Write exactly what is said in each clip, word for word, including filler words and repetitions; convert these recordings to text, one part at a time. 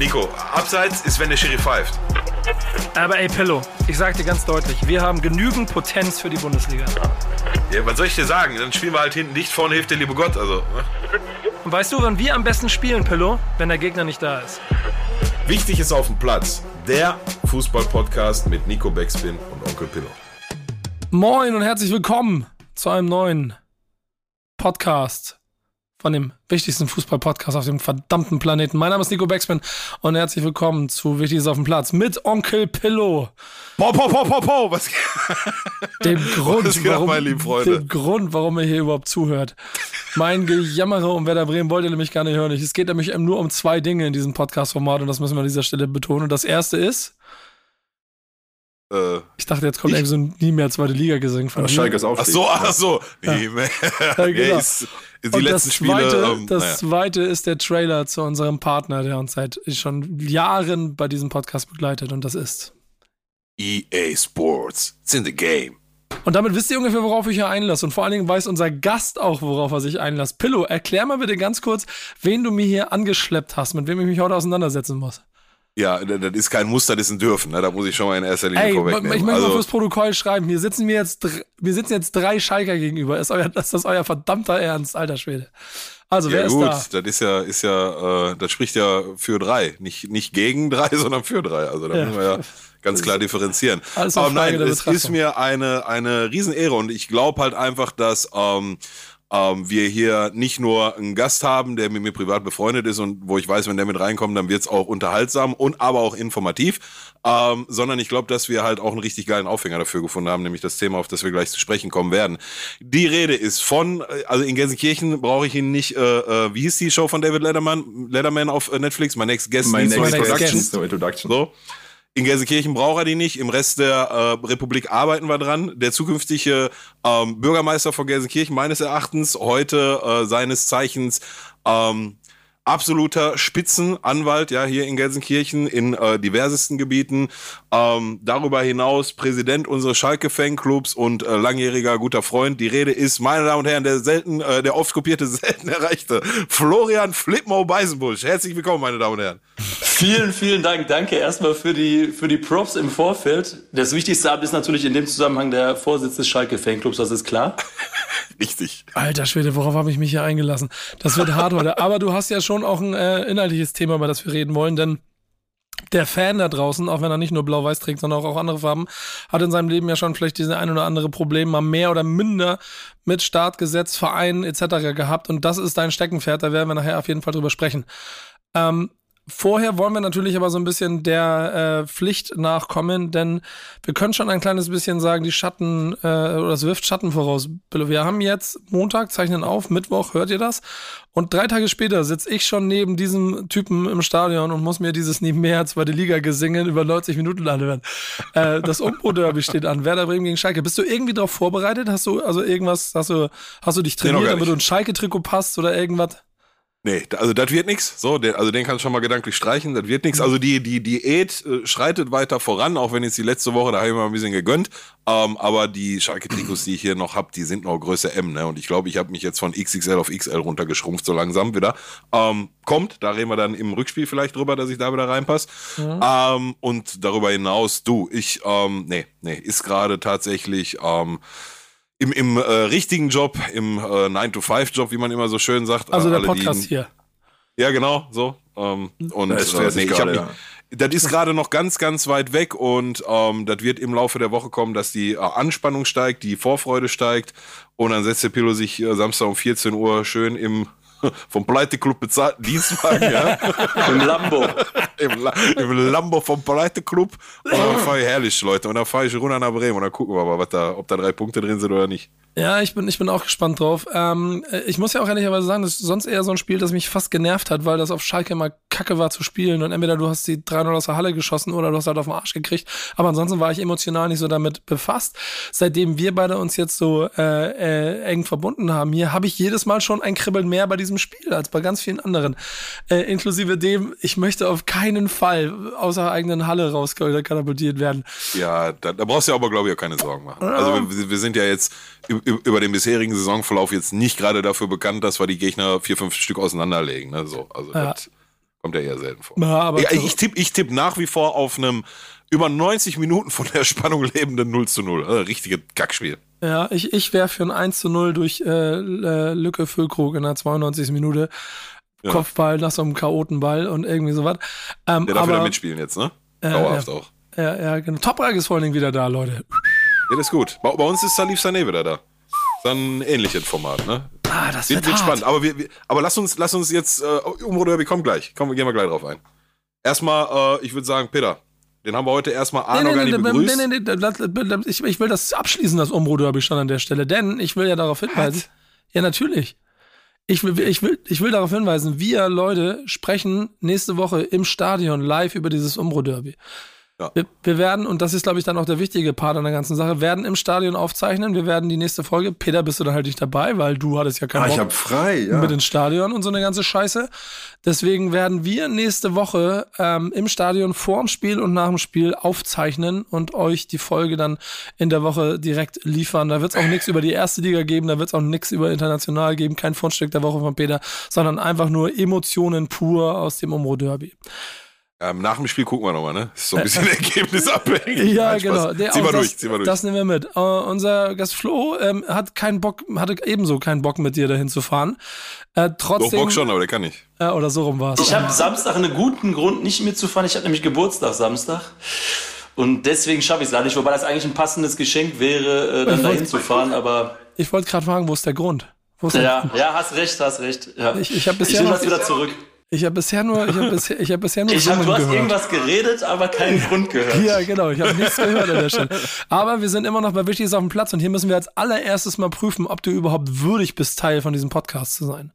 Nico, abseits ist, wenn der Schiri pfeift. Aber ey, Pillow, ich sag dir ganz deutlich, wir haben genügend Potenz für die Bundesliga. Ja, was soll ich dir sagen? Dann spielen wir halt hinten dicht, vorne hilft der liebe Gott. Also, ne? Und weißt du, wann wir am besten spielen, Pillow? Wenn der Gegner nicht da ist. Wichtig ist auf dem Platz. Der Fußball-Podcast mit Nico Backspin und Onkel Pillow. Moin und herzlich willkommen zu einem neuen Podcast von dem wichtigsten Fußball-Podcast auf dem verdammten Planeten. Mein Name ist Nico Backspin und herzlich willkommen zu Wichtiges auf dem Platz mit Onkel Pillow. Po, po, po, po, po. Was Dem Grund, Was geht ab, warum, meine lieben Freunde? dem Grund, warum ihr hier überhaupt zuhört. Mein Gejammere um Werder Bremen wollt ihr nämlich gar nicht hören. Es geht nämlich nur um zwei Dinge in diesem Podcast-Format und das müssen wir an dieser Stelle betonen. Und das erste ist... Äh, ich dachte, jetzt kommt irgendwie so ein nie mehr zweite Liga-Gesang von Schalke ist Aufstieg. Ach so, ach so. Ja. Nee, mehr. Ja, genau. ist, ist die Und letzten das zweite, Spiele. Ähm, das naja. zweite ist der Trailer zu unserem Partner, der uns seit schon Jahren bei diesem Podcast begleitet und das ist. E A Sports. It's in the game. Und damit wisst ihr ungefähr, worauf ich hier einlasse. Und vor allen Dingen weiß unser Gast auch, worauf er sich einlässt. Pillow, erklär mal bitte ganz kurz, wen du mir hier angeschleppt hast, mit wem ich mich heute auseinandersetzen muss. Ja, das ist kein Muster, das ist ein Dürfen. Ne? Da muss ich schon mal in erster Linie Ey, vorwegnehmen. ich möchte also, mal fürs Protokoll schreiben. Hier sitzen mir jetzt, dr- mir sitzen jetzt drei Schalker gegenüber. Ist, euer, ist das euer verdammter Ernst, alter Schwede? Also, ja wer gut, ist da? das ist ja, ist ja, äh, das spricht ja für drei. Nicht, nicht gegen drei, sondern für drei. Also da Ja. müssen wir ja ganz klar differenzieren. Alles eine Aber Frage nein, der es Betrachtung. ist mir eine, eine Riesenehre und ich glaube halt einfach, dass ähm, ähm, wir hier nicht nur einen Gast haben, der mit mir privat befreundet ist und wo ich weiß, wenn der mit reinkommt, dann wird's auch unterhaltsam und aber auch informativ, ähm, sondern ich glaube, dass wir halt auch einen richtig geilen Aufhänger dafür gefunden haben, nämlich das Thema, auf das wir gleich zu sprechen kommen werden. Die Rede ist von, also in Gelsenkirchen brauche ich ihn nicht, äh, äh, wie hieß die Show von David Letterman, Letterman auf äh, Netflix? My Next Guest My Needs next No Next Introduction. Guest. No introduction. So. In Gelsenkirchen braucht er die nicht, im Rest der äh, Republik arbeiten wir dran. Der zukünftige ähm, Bürgermeister von Gelsenkirchen, meines Erachtens, heute äh, seines Zeichens ähm, absoluter Spitzenanwalt, ja, hier in Gelsenkirchen, in äh, diversesten Gebieten. Ähm, darüber hinaus Präsident unseres Schalke-Fanclubs und äh, langjähriger guter Freund. Die Rede ist, meine Damen und Herren, der selten, äh, der oft kopierte, selten erreichte Florian Flipmo Beisenbusch. Herzlich willkommen, meine Damen und Herren. Vielen, vielen Dank. Danke erstmal für die, für die Props im Vorfeld. Das wichtigste Amt ist natürlich in dem Zusammenhang der Vorsitz des Schalke-Fanclubs, das ist klar. Richtig. Alter Schwede, worauf habe ich mich hier eingelassen? Das wird hart heute. Aber du hast ja schon auch ein äh, inhaltliches Thema, über das wir reden wollen, denn der Fan da draußen, auch wenn er nicht nur blau-weiß trägt, sondern auch andere Farben, hat in seinem Leben ja schon vielleicht diese ein oder andere Problem mal mehr oder minder mit Startgesetz, Vereinen et cetera gehabt. Und das ist dein Steckenpferd, da werden wir nachher auf jeden Fall drüber sprechen. Ähm, Vorher wollen wir natürlich aber so ein bisschen der äh, Pflicht nachkommen, denn wir können schon ein kleines bisschen sagen, die Schatten, äh, oder es wirft Schatten voraus. Wir haben jetzt Montag, zeichnen auf, Mittwoch, hört ihr das? Und drei Tage später sitze ich schon neben diesem Typen im Stadion und muss mir dieses nebenher zweite Liga gesingen über neunzig Minuten anhören. Äh, das Umbro-Derby steht an, Werder Bremen gegen Schalke. Bist du irgendwie darauf vorbereitet? Hast du also irgendwas, hast du, hast du dich trainiert, Nee, noch gar damit du ein nicht. Schalke-Trikot passt oder irgendwas? Nee, da- also das wird nix. So, der, also den kannst du schon mal gedanklich streichen, das wird nix. Also die die Diät äh, schreitet weiter voran, auch wenn jetzt die letzte Woche, da habe ich mal ein bisschen gegönnt. Ähm, aber die Schalke-Trikots, die ich hier noch habe, die sind noch Größe M, ne? Und ich glaube, ich habe mich jetzt von X X L auf X L runtergeschrumpft, so langsam wieder. Ähm, kommt, da reden wir dann im Rückspiel vielleicht drüber, dass ich da wieder reinpasse. Ähm, und darüber hinaus, du, ich, ähm, nee, nee, ist gerade tatsächlich, ähm, Im, im äh, richtigen Job, im äh, nine to five Job, wie man immer so schön sagt. Also Äh, der alle, die- Podcast hier. Ja, genau, so. Ähm, und Da ist äh, stressig nee, ich hab gerade, mich, das ist gerade noch ganz, ganz weit weg und ähm, das wird im Laufe der Woche kommen, dass die äh, Anspannung steigt, die Vorfreude steigt und dann setzt der Pillow sich äh, Samstag um vierzehn Uhr schön im vom Pleite-Club bezahlten Dienstwagen, ja. Im Lambo. Im, La Im Lambo vom Pleite-Club. Und dann fahre ich herrlich, Leute. Und dann fahre ich runter nach Bremen und dann gucken wir mal, was da, ob da drei Punkte drin sind oder nicht. Ja, ich bin, ich bin auch gespannt drauf. Ähm, ich muss ja auch ehrlicherweise sagen, das ist sonst eher so ein Spiel, das mich fast genervt hat, weil das auf Schalke immer kacke war zu spielen und entweder du hast die drei null aus der Halle geschossen oder du hast halt auf den Arsch gekriegt. Aber ansonsten war ich emotional nicht so damit befasst. Seitdem wir beide uns jetzt so äh, äh, eng verbunden haben hier, habe ich jedes Mal schon ein Kribbeln mehr bei diesem Spiel als bei ganz vielen anderen. Äh, inklusive dem, ich möchte auf keinen Fall außer eigenen Halle rauskatapultiert werden. Ja, da, da brauchst du ja aber, glaube ich, auch keine Sorgen machen. Also wir, wir sind ja jetzt über den bisherigen Saisonverlauf jetzt nicht gerade dafür bekannt, dass wir die Gegner vier, fünf Stück auseinanderlegen. Ne? So, also Ja. das Kommt ja eher selten vor. Ja, aber ich ich tippe ich tipp nach wie vor auf einem über neunzig Minuten von der Spannung lebenden null zu null. Also, richtige Kackspiel. Ja, ich, ich wäre für ein eins zu null durch äh, Lücke Füllkrug in der zweiundneunzigsten Minute. Ja. Kopfball nach so einem Chaotenball und irgendwie sowas. Ähm, der darf aber, wieder mitspielen jetzt, ne? Äh, Dauerhaft ja, auch. Ja, ja, genau. Toprak ist vor allen Dingen wieder da, Leute. Ja, das ist gut. Bei, bei uns ist Salif Sané wieder da. Dann ein ähnliches Format, ne? Ah, das wird, wird, wird spannend. Aber, wir, wir, aber lass uns, lass uns jetzt, äh, Umro-Derby, komm gleich. Komm, gehen wir gleich drauf ein. Erstmal, äh, ich würde sagen, Peter, den haben wir heute erstmal A, nee, noch nee, gar nee, nicht nee, begrüßt. Nee, nee, nee, ich, ich will das abschließen, das Umro-Derby schon an der Stelle, denn ich will ja darauf hinweisen. What? Ja, natürlich. Ich will, ich, will, ich will darauf hinweisen, wir Leute sprechen nächste Woche im Stadion live über dieses Umro-Derby. Ja. Wir, wir werden, und das ist, glaube ich, dann auch der wichtige Part an der ganzen Sache, werden im Stadion aufzeichnen. Wir werden die nächste Folge, Peter, bist du dann halt nicht dabei, weil du hattest ja keinen ah, Bock ich hab frei, ja. mit ins Stadion und so eine ganze Scheiße. Deswegen werden wir nächste Woche ähm, im Stadion vorm Spiel und nach dem Spiel aufzeichnen und euch die Folge dann in der Woche direkt liefern. Da wird es auch nichts über die erste Liga geben, da wird es auch nichts über international geben, kein Fundstück der Woche von Peter, sondern einfach nur Emotionen pur aus dem Umro-Derby. Ähm, nach dem Spiel gucken wir nochmal, ne? Ist so ein bisschen ergebnisabhängig. Ja, genau. Der, zieh mal das, durch, zieh mal durch. Das nehmen wir mit. Uh, unser Gast Flo ähm, hat keinen Bock, hatte ebenso keinen Bock, mit dir dahin zu fahren. Äh, trotzdem. Doch Bock schon, aber der kann nicht. Äh, oder so rum war es. Ich habe Samstag einen guten Grund, nicht mitzufahren. Ich habe nämlich Geburtstag Samstag. Und deswegen schaffe ich es leider nicht, wobei das eigentlich ein passendes Geschenk wäre, äh, dann dahin zu fahren. Aber ich wollte gerade fragen, wo ist der Grund? Wo ist der ja, Grund? ja, hast recht, hast recht. Ja. Ich, ich, hab bisher ich will noch, das wieder zurück. Ich habe bisher nur, ich habe bisher, ich hab bisher nur ich hab, Summen Du hast gehört. irgendwas geredet, aber keinen Grund gehört. Ja, genau, ich habe nichts gehört an der Stelle. Aber wir sind immer noch bei Wichtiges auf dem Platz und hier müssen wir als allererstes mal prüfen, ob du überhaupt würdig bist, Teil von diesem Podcast zu sein.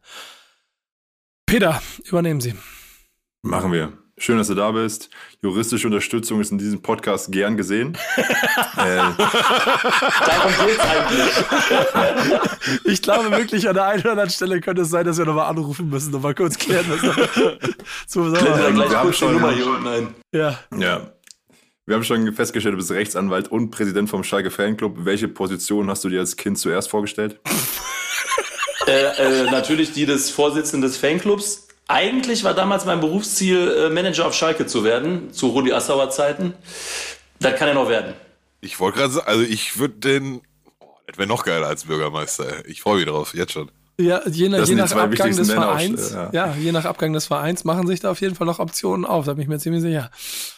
Peter, übernehmen Sie. Machen wir. Schön, dass du da bist. Juristische Unterstützung ist in diesem Podcast gern gesehen. äh. Darum geht's eigentlich. Ich glaube wirklich, an der einen oder anderen Stelle könnte es sein, dass wir nochmal anrufen müssen, nochmal kurz klären müssen. So, so, Blenden wir gleich wir kurz die schon, Nummer hier unten ein. Ja. ja. Wir haben schon festgestellt, du bist Rechtsanwalt und Präsident vom Schalke Fanclub. Welche Position hast du dir als Kind zuerst vorgestellt? äh, äh, natürlich die des Vorsitzenden des Fanclubs. Eigentlich war damals mein Berufsziel, Manager auf Schalke zu werden, zu Rudi Assauer Zeiten. Das kann er noch werden. Ich wollte gerade sagen, also ich würde den, oh, das wäre noch geiler als Bürgermeister. Ich freue mich drauf, jetzt schon. Ja, je nach, je nach Abgang des Männer Vereins, auf, ja. ja, je nach Abgang des Vereins machen sich da auf jeden Fall noch Optionen auf, da bin ich mir ziemlich sicher.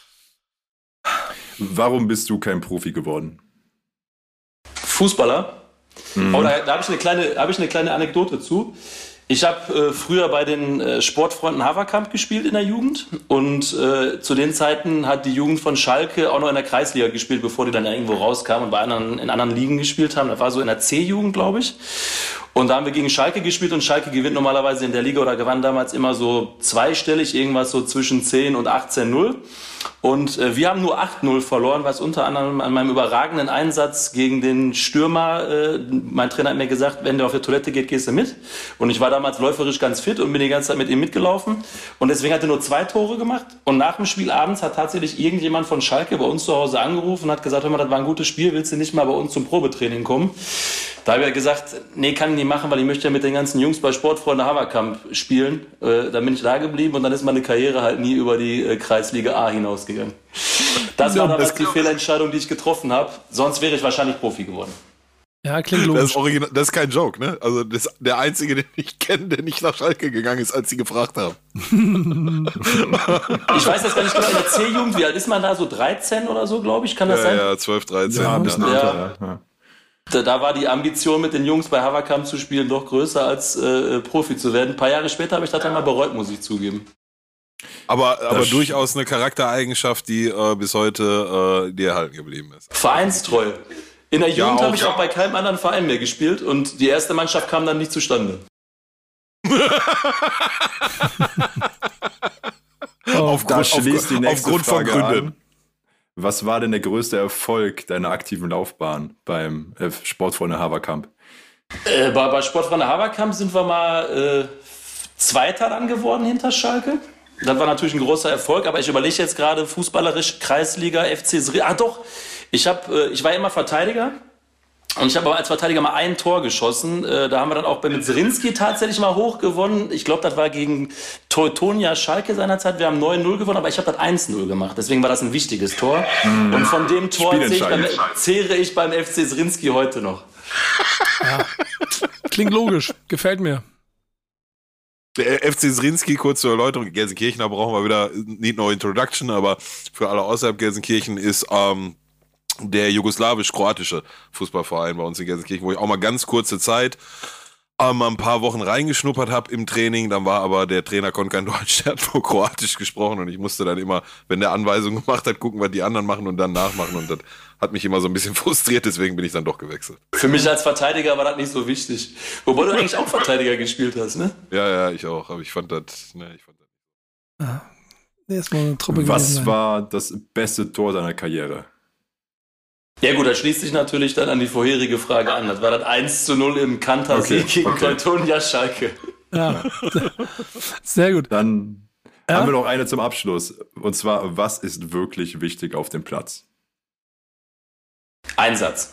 Warum bist du kein Profi geworden? Fußballer? Mhm. Oh, da da habe ich, eine kleine, hab ich eine kleine Anekdote zu. Ich habe äh, früher bei den äh, Sportfreunden Haverkamp gespielt in der Jugend und äh, zu den Zeiten hat die Jugend von Schalke auch noch in der Kreisliga gespielt, bevor die dann irgendwo rauskamen und bei anderen, in anderen Ligen gespielt haben. Das war so in der C-Jugend, glaube ich. Und da haben wir gegen Schalke gespielt und Schalke gewinnt normalerweise in der Liga oder gewann damals immer so zweistellig, irgendwas so zwischen zehn und achtzehn null. Und äh, wir haben nur acht null verloren, was unter anderem an meinem überragenden Einsatz gegen den Stürmer, äh, mein Trainer hat mir gesagt, wenn der auf die Toilette geht, gehst du mit. Und ich war damals läuferisch ganz fit und bin die ganze Zeit mit ihm mitgelaufen. Und deswegen hat er nur zwei Tore gemacht. Und nach dem Spiel abends hat tatsächlich irgendjemand von Schalke bei uns zu Hause angerufen und hat gesagt, hör mal, das war ein gutes Spiel, willst du nicht mal bei uns zum Probetraining kommen? Da habe ich gesagt, nee, kann ich nicht machen, weil ich möchte ja mit den ganzen Jungs bei Sportfreunde Haverkamp spielen. Äh, dann bin ich da geblieben und dann ist meine Karriere halt nie über die äh, Kreisliga A hinausgegangen. Das war damals die Fehlentscheidung, die ich getroffen habe. Sonst wäre ich wahrscheinlich Profi geworden. Ja, klingt logisch. Das ist, original, das ist kein Joke, ne? Also das ist der Einzige, den ich kenne, der nicht nach Schalke gegangen ist, als sie gefragt haben. Ich weiß das gar nicht genau. In der C-Jugend, wie alt ist man da? So dreizehn oder so, glaube ich? Kann das ja, sein? Ja, zwölf, dreizehn. Ja, ein bisschen ja. älter, ja. Da, da war die Ambition, mit den Jungs bei Haverkamp zu spielen, doch größer als äh, Profi zu werden. Ein paar Jahre später habe ich das dann mal bereut, muss ich zugeben. Aber, aber Das durchaus eine Charaktereigenschaft, die äh, bis heute äh, dir erhalten geblieben ist. Vereinstreu. In der Jugend Ja, habe ich auch. auch bei keinem anderen Verein mehr gespielt und die erste Mannschaft kam dann nicht zustande. Da schließt die nächste aufgrund von Frage Gründen. an. Was war denn der größte Erfolg deiner aktiven Laufbahn beim äh, Sportfreunde Haverkamp? Äh, bei, bei Sportfreunde Haverkamp sind wir mal äh, Zweiter dann geworden hinter Schalke. Das war natürlich ein großer Erfolg, aber ich überlege jetzt gerade fußballerisch Kreisliga, F C Sri. Ah doch, ich, hab, äh, ich war immer Verteidiger Und ich habe aber als Verteidiger mal ein Tor geschossen. Äh, da haben wir dann auch bei mit Zrinski tatsächlich mal hoch gewonnen. Ich glaube, das war gegen Teutonia Schalke seinerzeit. Wir haben neun null gewonnen, aber ich habe das eins null gemacht. Deswegen war das ein wichtiges Tor. Mhm. Und von dem Tor zähre ich, beim, zehre ich beim F C Zrinski heute noch. Ja. Klingt logisch. Gefällt mir. Der F C Zrinski, kurz zur Erläuterung, Gelsenkirchen, da brauchen wir wieder nicht nur Introduction, aber für alle außerhalb Gelsenkirchen ist ähm, der jugoslawisch-kroatische Fußballverein bei uns in Gelsenkirchen, wo ich auch mal ganz kurze Zeit ähm, ein paar Wochen reingeschnuppert habe im Training, dann war aber der Trainer konnte kein Deutsch, der hat nur Kroatisch gesprochen und ich musste dann immer, wenn der Anweisungen gemacht hat, gucken, was die anderen machen und dann nachmachen und das hat mich immer so ein bisschen frustriert, deswegen bin ich dann doch gewechselt. Für mich als Verteidiger war das nicht so wichtig. Wobei du eigentlich auch Verteidiger gespielt hast, ne? Ja, ja, ich auch, aber ich fand das, ne, ich fand das. Ah, erstmal eine Truppe Was gewesen war das beste Tor deiner Karriere? Ja gut, das schließt sich natürlich dann an die vorherige Frage an. Das war das eins zu null im Kanter-Sieg okay, gegen okay. Teutonia Schalke. Ja, sehr gut. Dann Ja? haben wir noch eine zum Abschluss. Und zwar, was ist wirklich wichtig auf dem Platz? Einsatz.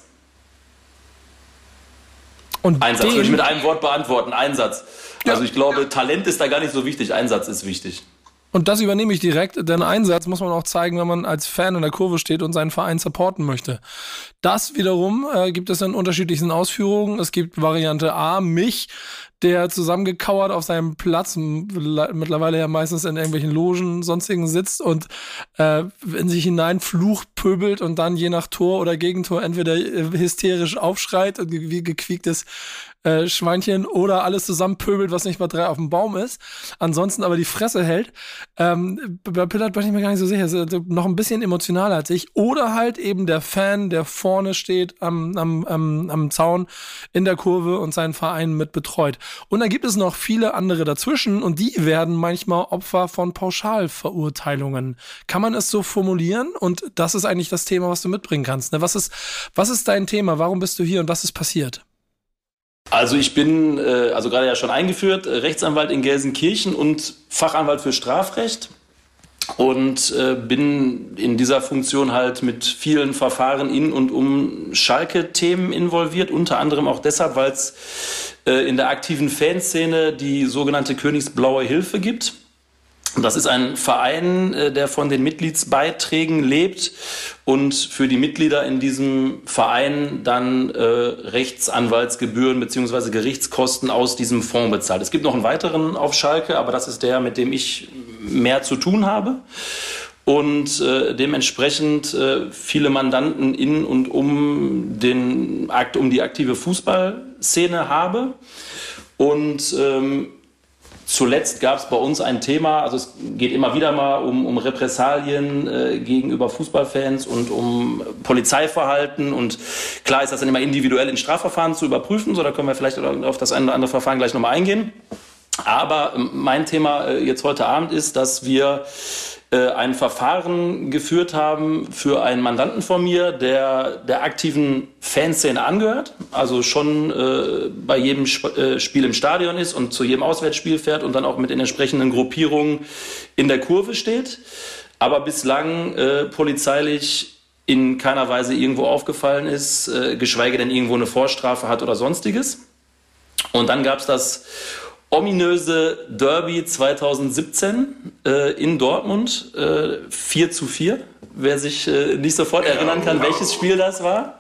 Und Einsatz. den- Würde ich mit einem Wort beantworten. Einsatz. Ja. Also ich glaube, Talent ist da gar nicht so wichtig. Einsatz ist wichtig. Und das übernehme ich direkt, denn Einsatz muss man auch zeigen, wenn man als Fan in der Kurve steht und seinen Verein supporten möchte. Das wiederum äh, gibt es in unterschiedlichen Ausführungen. Es gibt Variante A, mich, der zusammengekauert auf seinem Platz, m- mittlerweile ja meistens in irgendwelchen Logen, sonstigen sitzt und äh, in sich hinein flucht, pöbelt und dann je nach Tor oder Gegentor entweder äh, hysterisch aufschreit und ge- wie gequiektes äh, Schweinchen oder alles zusammenpöbelt, was nicht mal drei auf dem Baum ist. Ansonsten aber die Fresse hält. Ähm, bei Pillard bin ich mir gar nicht so sicher. Ist noch ein bisschen emotionaler als ich. Oder halt eben der Fan, der vorne steht am, am, am, am Zaun in der Kurve und seinen Verein mit betreut. Und dann gibt es noch viele andere dazwischen und die werden manchmal Opfer von Pauschalverurteilungen. Kann man es so formulieren? Und das ist eigentlich das Thema, was du mitbringen kannst. Ne? Was ist, was ist dein Thema? Warum bist du hier und was ist passiert? Also ich bin, äh, also gerade ja schon eingeführt, äh, Rechtsanwalt in Gelsenkirchen und Fachanwalt für Strafrecht und äh, bin in dieser Funktion halt mit vielen Verfahren in und um Schalke-Themen involviert, unter anderem auch deshalb, weil es äh, in der aktiven Fanszene die sogenannte Königsblaue Hilfe gibt. Das ist ein Verein, äh, der von den Mitgliedsbeiträgen lebt und für die Mitglieder in diesem Verein dann äh, Rechtsanwaltsgebühren bzw. Gerichtskosten aus diesem Fonds bezahlt. Es gibt noch einen weiteren auf Schalke, aber das ist der, mit dem ich mehr zu tun habe. Und äh, dementsprechend äh, viele Mandanten in und um, den Akt, um die aktive Fußballszene habe. Und ähm, zuletzt gab es bei uns ein Thema, also es geht immer wieder mal um, um Repressalien äh, gegenüber Fußballfans und um Polizeiverhalten und klar ist das dann immer individuell in Strafverfahren zu überprüfen, so da können wir vielleicht auf das eine oder andere Verfahren gleich nochmal eingehen. Aber mein Thema äh, jetzt heute Abend ist, dass wir äh, ein Verfahren geführt haben für einen Mandanten von mir, der der aktiven Fanszene angehört, also schon äh, bei jedem Sp- äh, Spiel im Stadion ist und zu jedem Auswärtsspiel fährt und dann auch mit den entsprechenden Gruppierungen in der Kurve steht, aber bislang äh, polizeilich in keiner Weise irgendwo aufgefallen ist, äh, geschweige denn irgendwo eine Vorstrafe hat oder sonstiges. Und dann gab es das ominöse Derby zweitausendsiebzehn äh, in Dortmund, äh, vier zu vier. Wer sich äh, nicht sofort erinnern kann, welches Spiel das war.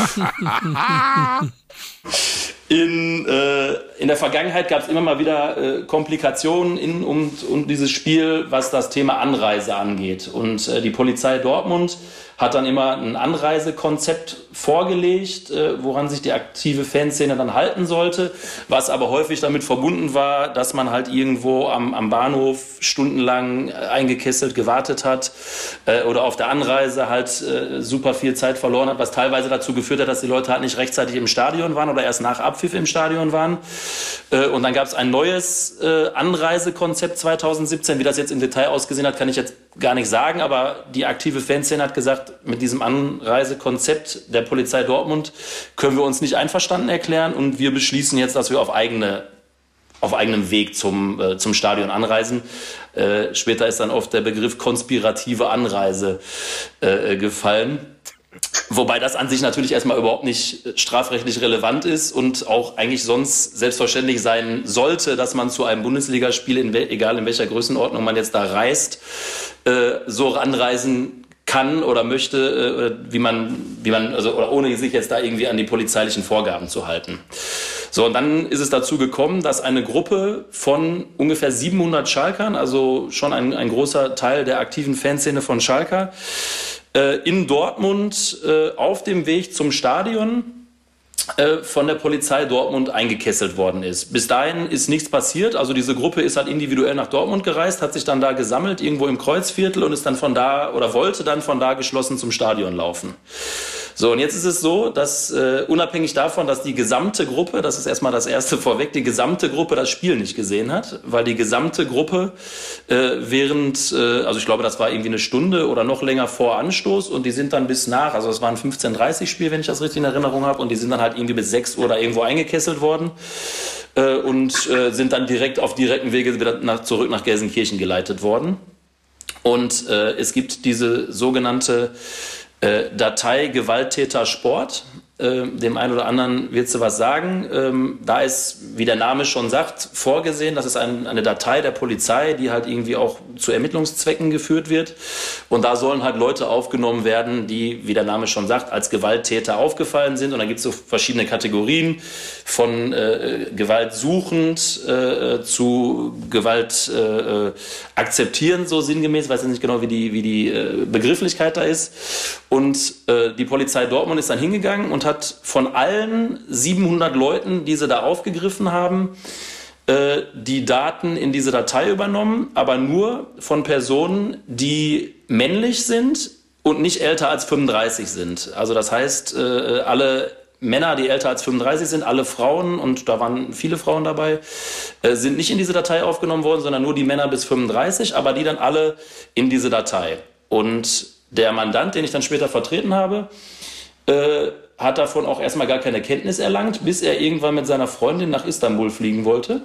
In, äh, in der Vergangenheit gab es immer mal wieder äh, Komplikationen in und um dieses Spiel, was das Thema Anreise angeht. Und äh, die Polizei Dortmund hat dann immer ein Anreisekonzept vorgelegt, äh, woran sich die aktive Fanszene dann halten sollte, was aber häufig damit verbunden war, dass man halt irgendwo am, am Bahnhof stundenlang eingekesselt gewartet hat äh, oder auf der Anreise halt äh, super viel Zeit verloren hat, was teilweise dazu geführt hat, dass die Leute halt nicht rechtzeitig im Stadion waren oder erst nach Abpfiff im Stadion waren. Äh, und dann gab es ein neues äh, Anreisekonzept zweitausendsiebzehn. Wie das jetzt im Detail ausgesehen hat, kann ich jetzt gar nicht sagen, aber die aktive Fanszene hat gesagt, mit diesem Anreisekonzept der Polizei Dortmund können wir uns nicht einverstanden erklären und wir beschließen jetzt, dass wir auf eigene auf eigenem Weg zum, äh, zum Stadion anreisen. Äh, später ist dann oft der Begriff konspirative Anreise äh, gefallen. Wobei das an sich natürlich erstmal überhaupt nicht strafrechtlich relevant ist und auch eigentlich sonst selbstverständlich sein sollte, dass man zu einem Bundesligaspiel, in we- egal in welcher Größenordnung man jetzt da reist, äh, so anreisen kann oder möchte, äh, wie man, wie man, also oder ohne sich jetzt da irgendwie an die polizeilichen Vorgaben zu halten. So, und dann ist es dazu gekommen, dass eine Gruppe von ungefähr siebenhundert Schalkern, also schon ein, ein großer Teil der aktiven Fanszene von Schalker, äh, in Dortmund äh, auf dem Weg zum Stadion äh, von der Polizei Dortmund eingekesselt worden ist. Bis dahin ist nichts passiert, also diese Gruppe ist halt individuell nach Dortmund gereist, hat sich dann da gesammelt, irgendwo im Kreuzviertel und ist dann von da oder wollte dann von da geschlossen zum Stadion laufen. So, und jetzt ist es so, dass äh, unabhängig davon, dass die gesamte Gruppe, das ist erstmal das erste vorweg, die gesamte Gruppe das Spiel nicht gesehen hat, weil die gesamte Gruppe äh, während, äh, also ich glaube, das war irgendwie eine Stunde oder noch länger vor Anstoß und die sind dann bis nach, also es war ein fünfzehn Uhr dreißig Spiel, wenn ich das richtig in Erinnerung habe, und die sind dann halt irgendwie bis sechs Uhr da irgendwo eingekesselt worden äh, und äh, sind dann direkt auf direkten Wege wieder nach, zurück nach Gelsenkirchen geleitet worden. Und äh, es gibt diese sogenannte Äh, Datei Gewalttäter Sport. Äh, dem einen oder anderen wird sie was sagen. Ähm, da ist, wie der Name schon sagt, vorgesehen, das ist ein, eine Datei der Polizei, die halt irgendwie auch zu Ermittlungszwecken geführt wird. Und da sollen halt Leute aufgenommen werden, die, wie der Name schon sagt, als Gewalttäter aufgefallen sind. Und da gibt es so verschiedene Kategorien von äh, Gewalt suchend äh, zu Gewalt äh, akzeptieren, so sinngemäß. Ich weiß jetzt nicht genau, wie die, wie die äh, Begrifflichkeit da ist. Und äh, die Polizei Dortmund ist dann hingegangen und hat von allen siebenhundert Leuten, die sie da aufgegriffen haben, äh, die Daten in diese Datei übernommen, aber nur von Personen, die männlich sind und nicht älter als fünfunddreißig sind. Also das heißt, äh, alle Männer, die älter als fünfunddreißig sind, alle Frauen, und da waren viele Frauen dabei, äh, sind nicht in diese Datei aufgenommen worden, sondern nur die Männer bis fünfunddreißig, aber die dann alle in diese Datei. Und der Mandant, den ich dann später vertreten habe, äh, hat davon auch erstmal gar keine Kenntnis erlangt, bis er irgendwann mit seiner Freundin nach Istanbul fliegen wollte.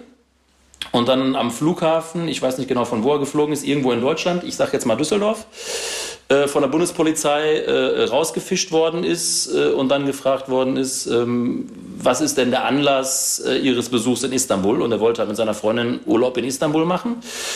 Und dann am Flughafen, ich weiß nicht genau, von wo er geflogen ist, irgendwo in Deutschland, ich sage jetzt mal Düsseldorf, äh, von der Bundespolizei äh, rausgefischt worden ist äh, und dann gefragt worden ist, ähm, was ist denn der Anlass äh, ihres Besuchs in Istanbul? Und er wollte halt mit seiner Freundin Urlaub in Istanbul machen.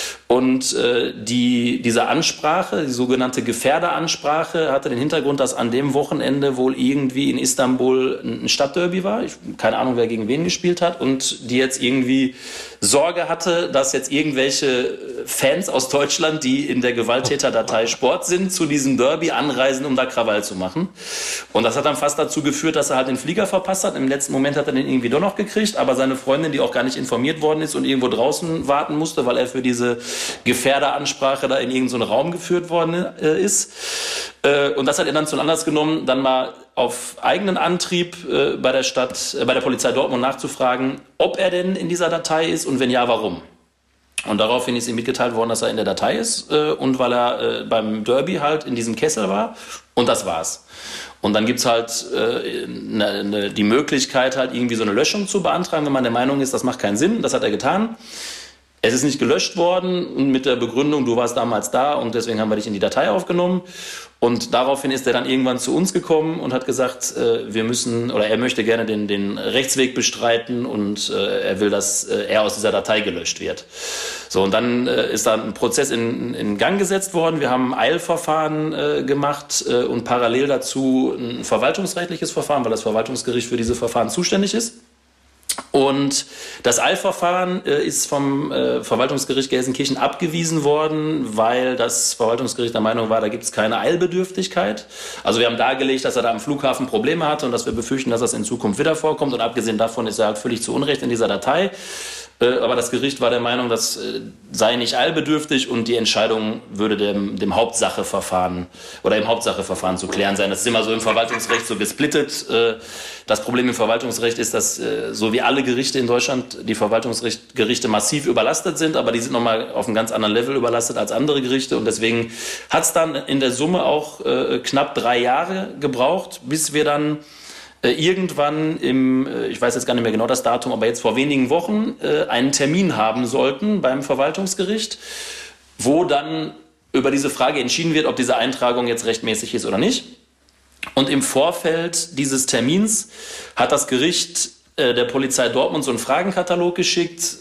Und äh, die, diese Ansprache, die sogenannte Gefährderansprache, hatte den Hintergrund, dass an dem Wochenende wohl irgendwie in Istanbul ein Stadtderby war. Ich keine Ahnung, wer gegen wen gespielt hat. Und die jetzt irgendwie Sorge hatte, dass jetzt irgendwelche Fans aus Deutschland, die in der Gewalttäterdatei Sport sind, zu diesem Derby anreisen, um da Krawall zu machen. Und das hat dann fast dazu geführt, dass er halt den Flieger verpasst hat. Im letzten Moment hat er den irgendwie doch noch gekriegt, aber seine Freundin, die auch gar nicht informiert worden ist und irgendwo draußen warten musste, weil er für diese Gefährderansprache da in irgendeinen so Raum geführt worden äh, ist. Äh, und das hat er dann zum Anlass genommen, dann mal auf eigenen Antrieb äh, bei der Stadt, äh, bei der Polizei Dortmund nachzufragen, ob er denn in dieser Datei ist und wenn ja, warum. Und daraufhin ist ihm mitgeteilt worden, dass er in der Datei ist äh, und weil er äh, beim Derby halt in diesem Kessel war, und das war's. Und dann gibt's halt äh, ne, ne, die Möglichkeit, halt irgendwie so eine Löschung zu beantragen, wenn man der Meinung ist, das macht keinen Sinn. Das hat er getan. Es ist nicht gelöscht worden und mit der Begründung, du warst damals da und deswegen haben wir dich in die Datei aufgenommen. Und daraufhin ist er dann irgendwann zu uns gekommen und hat gesagt, äh, wir müssen, oder er möchte gerne den, den Rechtsweg bestreiten und äh, er will, dass äh, er aus dieser Datei gelöscht wird. So, und dann äh, ist da ein Prozess in, in Gang gesetzt worden. Wir haben ein Eilverfahren äh, gemacht äh, und parallel dazu ein verwaltungsrechtliches Verfahren, weil das Verwaltungsgericht für diese Verfahren zuständig ist. Und das Eilverfahren äh, ist vom äh, Verwaltungsgericht Gelsenkirchen abgewiesen worden, weil das Verwaltungsgericht der Meinung war, da gibt es keine Eilbedürftigkeit. Also wir haben dargelegt, dass er da am Flughafen Probleme hatte und dass wir befürchten, dass das in Zukunft wieder vorkommt. Und abgesehen davon ist er halt völlig zu Unrecht in dieser Datei. Äh, aber das Gericht war der Meinung, das äh, sei nicht eilbedürftig und die Entscheidung würde dem, dem Hauptsacheverfahren oder im Hauptsacheverfahren zu klären sein. Das ist immer so im Verwaltungsrecht so gesplittet. Äh, das Problem im Verwaltungsrecht ist, dass äh, so wie alle Gerichte in Deutschland die Verwaltungsgerichte massiv überlastet sind, aber die sind nochmal auf einem ganz anderen Level überlastet als andere Gerichte. Und deswegen hat es dann in der Summe auch äh, knapp drei Jahre gebraucht, bis wir dann irgendwann im, ich weiß jetzt gar nicht mehr genau das Datum, aber jetzt vor wenigen Wochen äh, einen Termin haben sollten beim Verwaltungsgericht, wo dann über diese Frage entschieden wird, ob diese Eintragung jetzt rechtmäßig ist oder nicht. Und im Vorfeld dieses Termins hat das Gericht äh, der Polizei Dortmund so einen Fragenkatalog geschickt,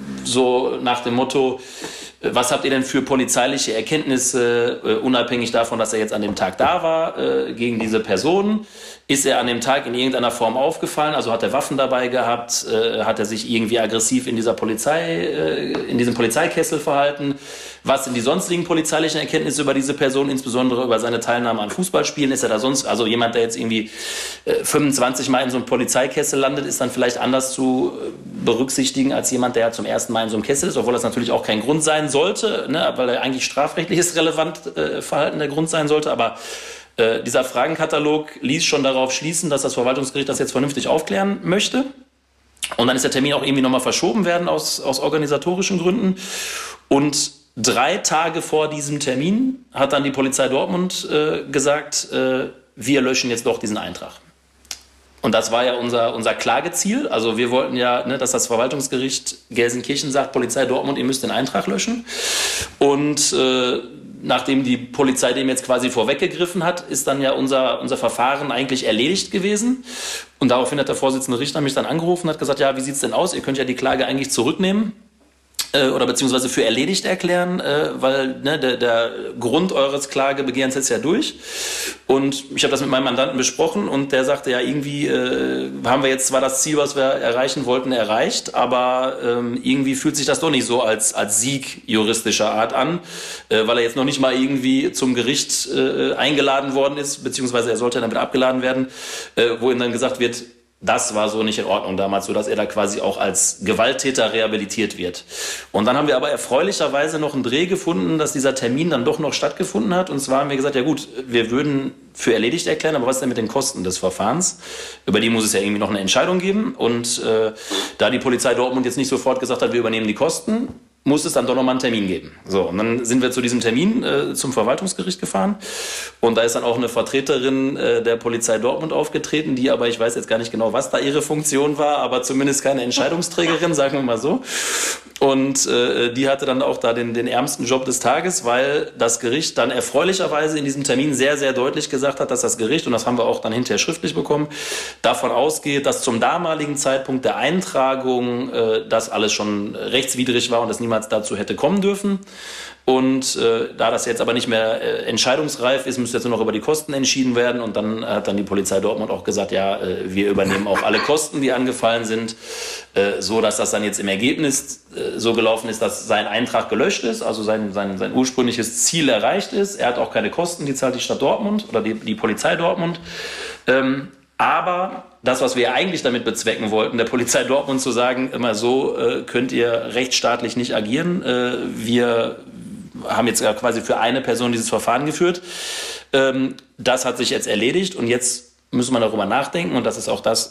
so nach dem Motto, was habt ihr denn für polizeiliche Erkenntnisse, äh, unabhängig davon, dass er jetzt an dem Tag da war, äh, gegen diese Person? Ist er an dem Tag in irgendeiner Form aufgefallen? Also hat er Waffen dabei gehabt? Äh, hat er sich irgendwie aggressiv in dieser Polizei, äh, in diesem Polizeikessel verhalten? Was sind die sonstigen polizeilichen Erkenntnisse über diese Person, insbesondere über seine Teilnahme an Fußballspielen? Ist er da sonst, also jemand, der jetzt irgendwie äh, fünfundzwanzig Mal in so einem Polizeikessel landet, ist dann vielleicht anders zu äh, berücksichtigen als jemand, der zum ersten Mal in so einem Kessel ist, obwohl das natürlich auch kein Grund sein sollte, ne, weil er eigentlich strafrechtliches relevant äh, Verhalten der Grund sein sollte, aber äh, dieser Fragenkatalog ließ schon darauf schließen, dass das Verwaltungsgericht das jetzt vernünftig aufklären möchte. Und dann ist der Termin auch irgendwie nochmal verschoben werden aus, aus organisatorischen Gründen. Und drei Tage vor diesem Termin hat dann die Polizei Dortmund äh, gesagt, äh, wir löschen jetzt doch diesen Eintrag. Und das war ja unser, unser Klageziel. Also wir wollten ja, ne, dass das Verwaltungsgericht Gelsenkirchen sagt, Polizei Dortmund, ihr müsst den Eintrag löschen. Und äh, nachdem die Polizei dem jetzt quasi vorweggegriffen hat, ist dann ja unser, unser Verfahren eigentlich erledigt gewesen. Und daraufhin hat der Vorsitzende Richter mich dann angerufen und hat gesagt, ja, wie sieht's denn aus? Ihr könnt ja die Klage eigentlich zurücknehmen. Oder beziehungsweise für erledigt erklären, äh, weil ne, der, der Grund eures Klagebegehrens ist ja durch. Und ich habe das mit meinem Mandanten besprochen und der sagte, ja, irgendwie äh, haben wir jetzt zwar das Ziel, was wir erreichen wollten, erreicht, aber ähm, irgendwie fühlt sich das doch nicht so als, als Sieg juristischer Art an, äh, weil er jetzt noch nicht mal irgendwie zum Gericht äh, eingeladen worden ist, beziehungsweise er sollte dann wieder abgeladen werden, äh, wo ihm dann gesagt wird, das war so nicht in Ordnung damals, so dass er da quasi auch als Gewalttäter rehabilitiert wird. Und dann haben wir aber erfreulicherweise noch einen Dreh gefunden, dass dieser Termin dann doch noch stattgefunden hat. Und zwar haben wir gesagt, ja gut, wir würden für erledigt erklären, aber was ist denn mit den Kosten des Verfahrens? Über die muss es ja irgendwie noch eine Entscheidung geben. Und äh, da die Polizei Dortmund jetzt nicht sofort gesagt hat, wir übernehmen die Kosten, muss es dann doch nochmal einen Termin geben. So, und dann sind wir zu diesem Termin äh, zum Verwaltungsgericht gefahren und da ist dann auch eine Vertreterin äh, der Polizei Dortmund aufgetreten, die aber, ich weiß jetzt gar nicht genau, was da ihre Funktion war, aber zumindest keine Entscheidungsträgerin, sagen wir mal so. Und äh, die hatte dann auch da den, den ärmsten Job des Tages, weil das Gericht dann erfreulicherweise in diesem Termin sehr, sehr deutlich gesagt hat, dass das Gericht, und das haben wir auch dann hinterher schriftlich bekommen, davon ausgeht, dass zum damaligen Zeitpunkt der Eintragung äh, das alles schon rechtswidrig war und das niemals dazu hätte kommen dürfen. Und äh, da das jetzt aber nicht mehr äh, entscheidungsreif ist, müsste jetzt nur noch über die Kosten entschieden werden. Und dann hat dann die Polizei Dortmund auch gesagt, ja, äh, wir übernehmen auch alle Kosten, die angefallen sind, äh, so dass das dann jetzt im Ergebnis äh, so gelaufen ist, dass sein Eintrag gelöscht ist, also sein, sein, sein ursprüngliches Ziel erreicht ist. Er hat auch keine Kosten, die zahlt die Stadt Dortmund oder die, die Polizei Dortmund. Ähm, aber das, was wir eigentlich damit bezwecken wollten, der Polizei Dortmund zu sagen, immer so äh, könnt ihr rechtsstaatlich nicht agieren. Äh, wir haben jetzt quasi für eine Person dieses Verfahren geführt. Ähm, das hat sich jetzt erledigt und jetzt müssen wir darüber nachdenken und das ist auch das,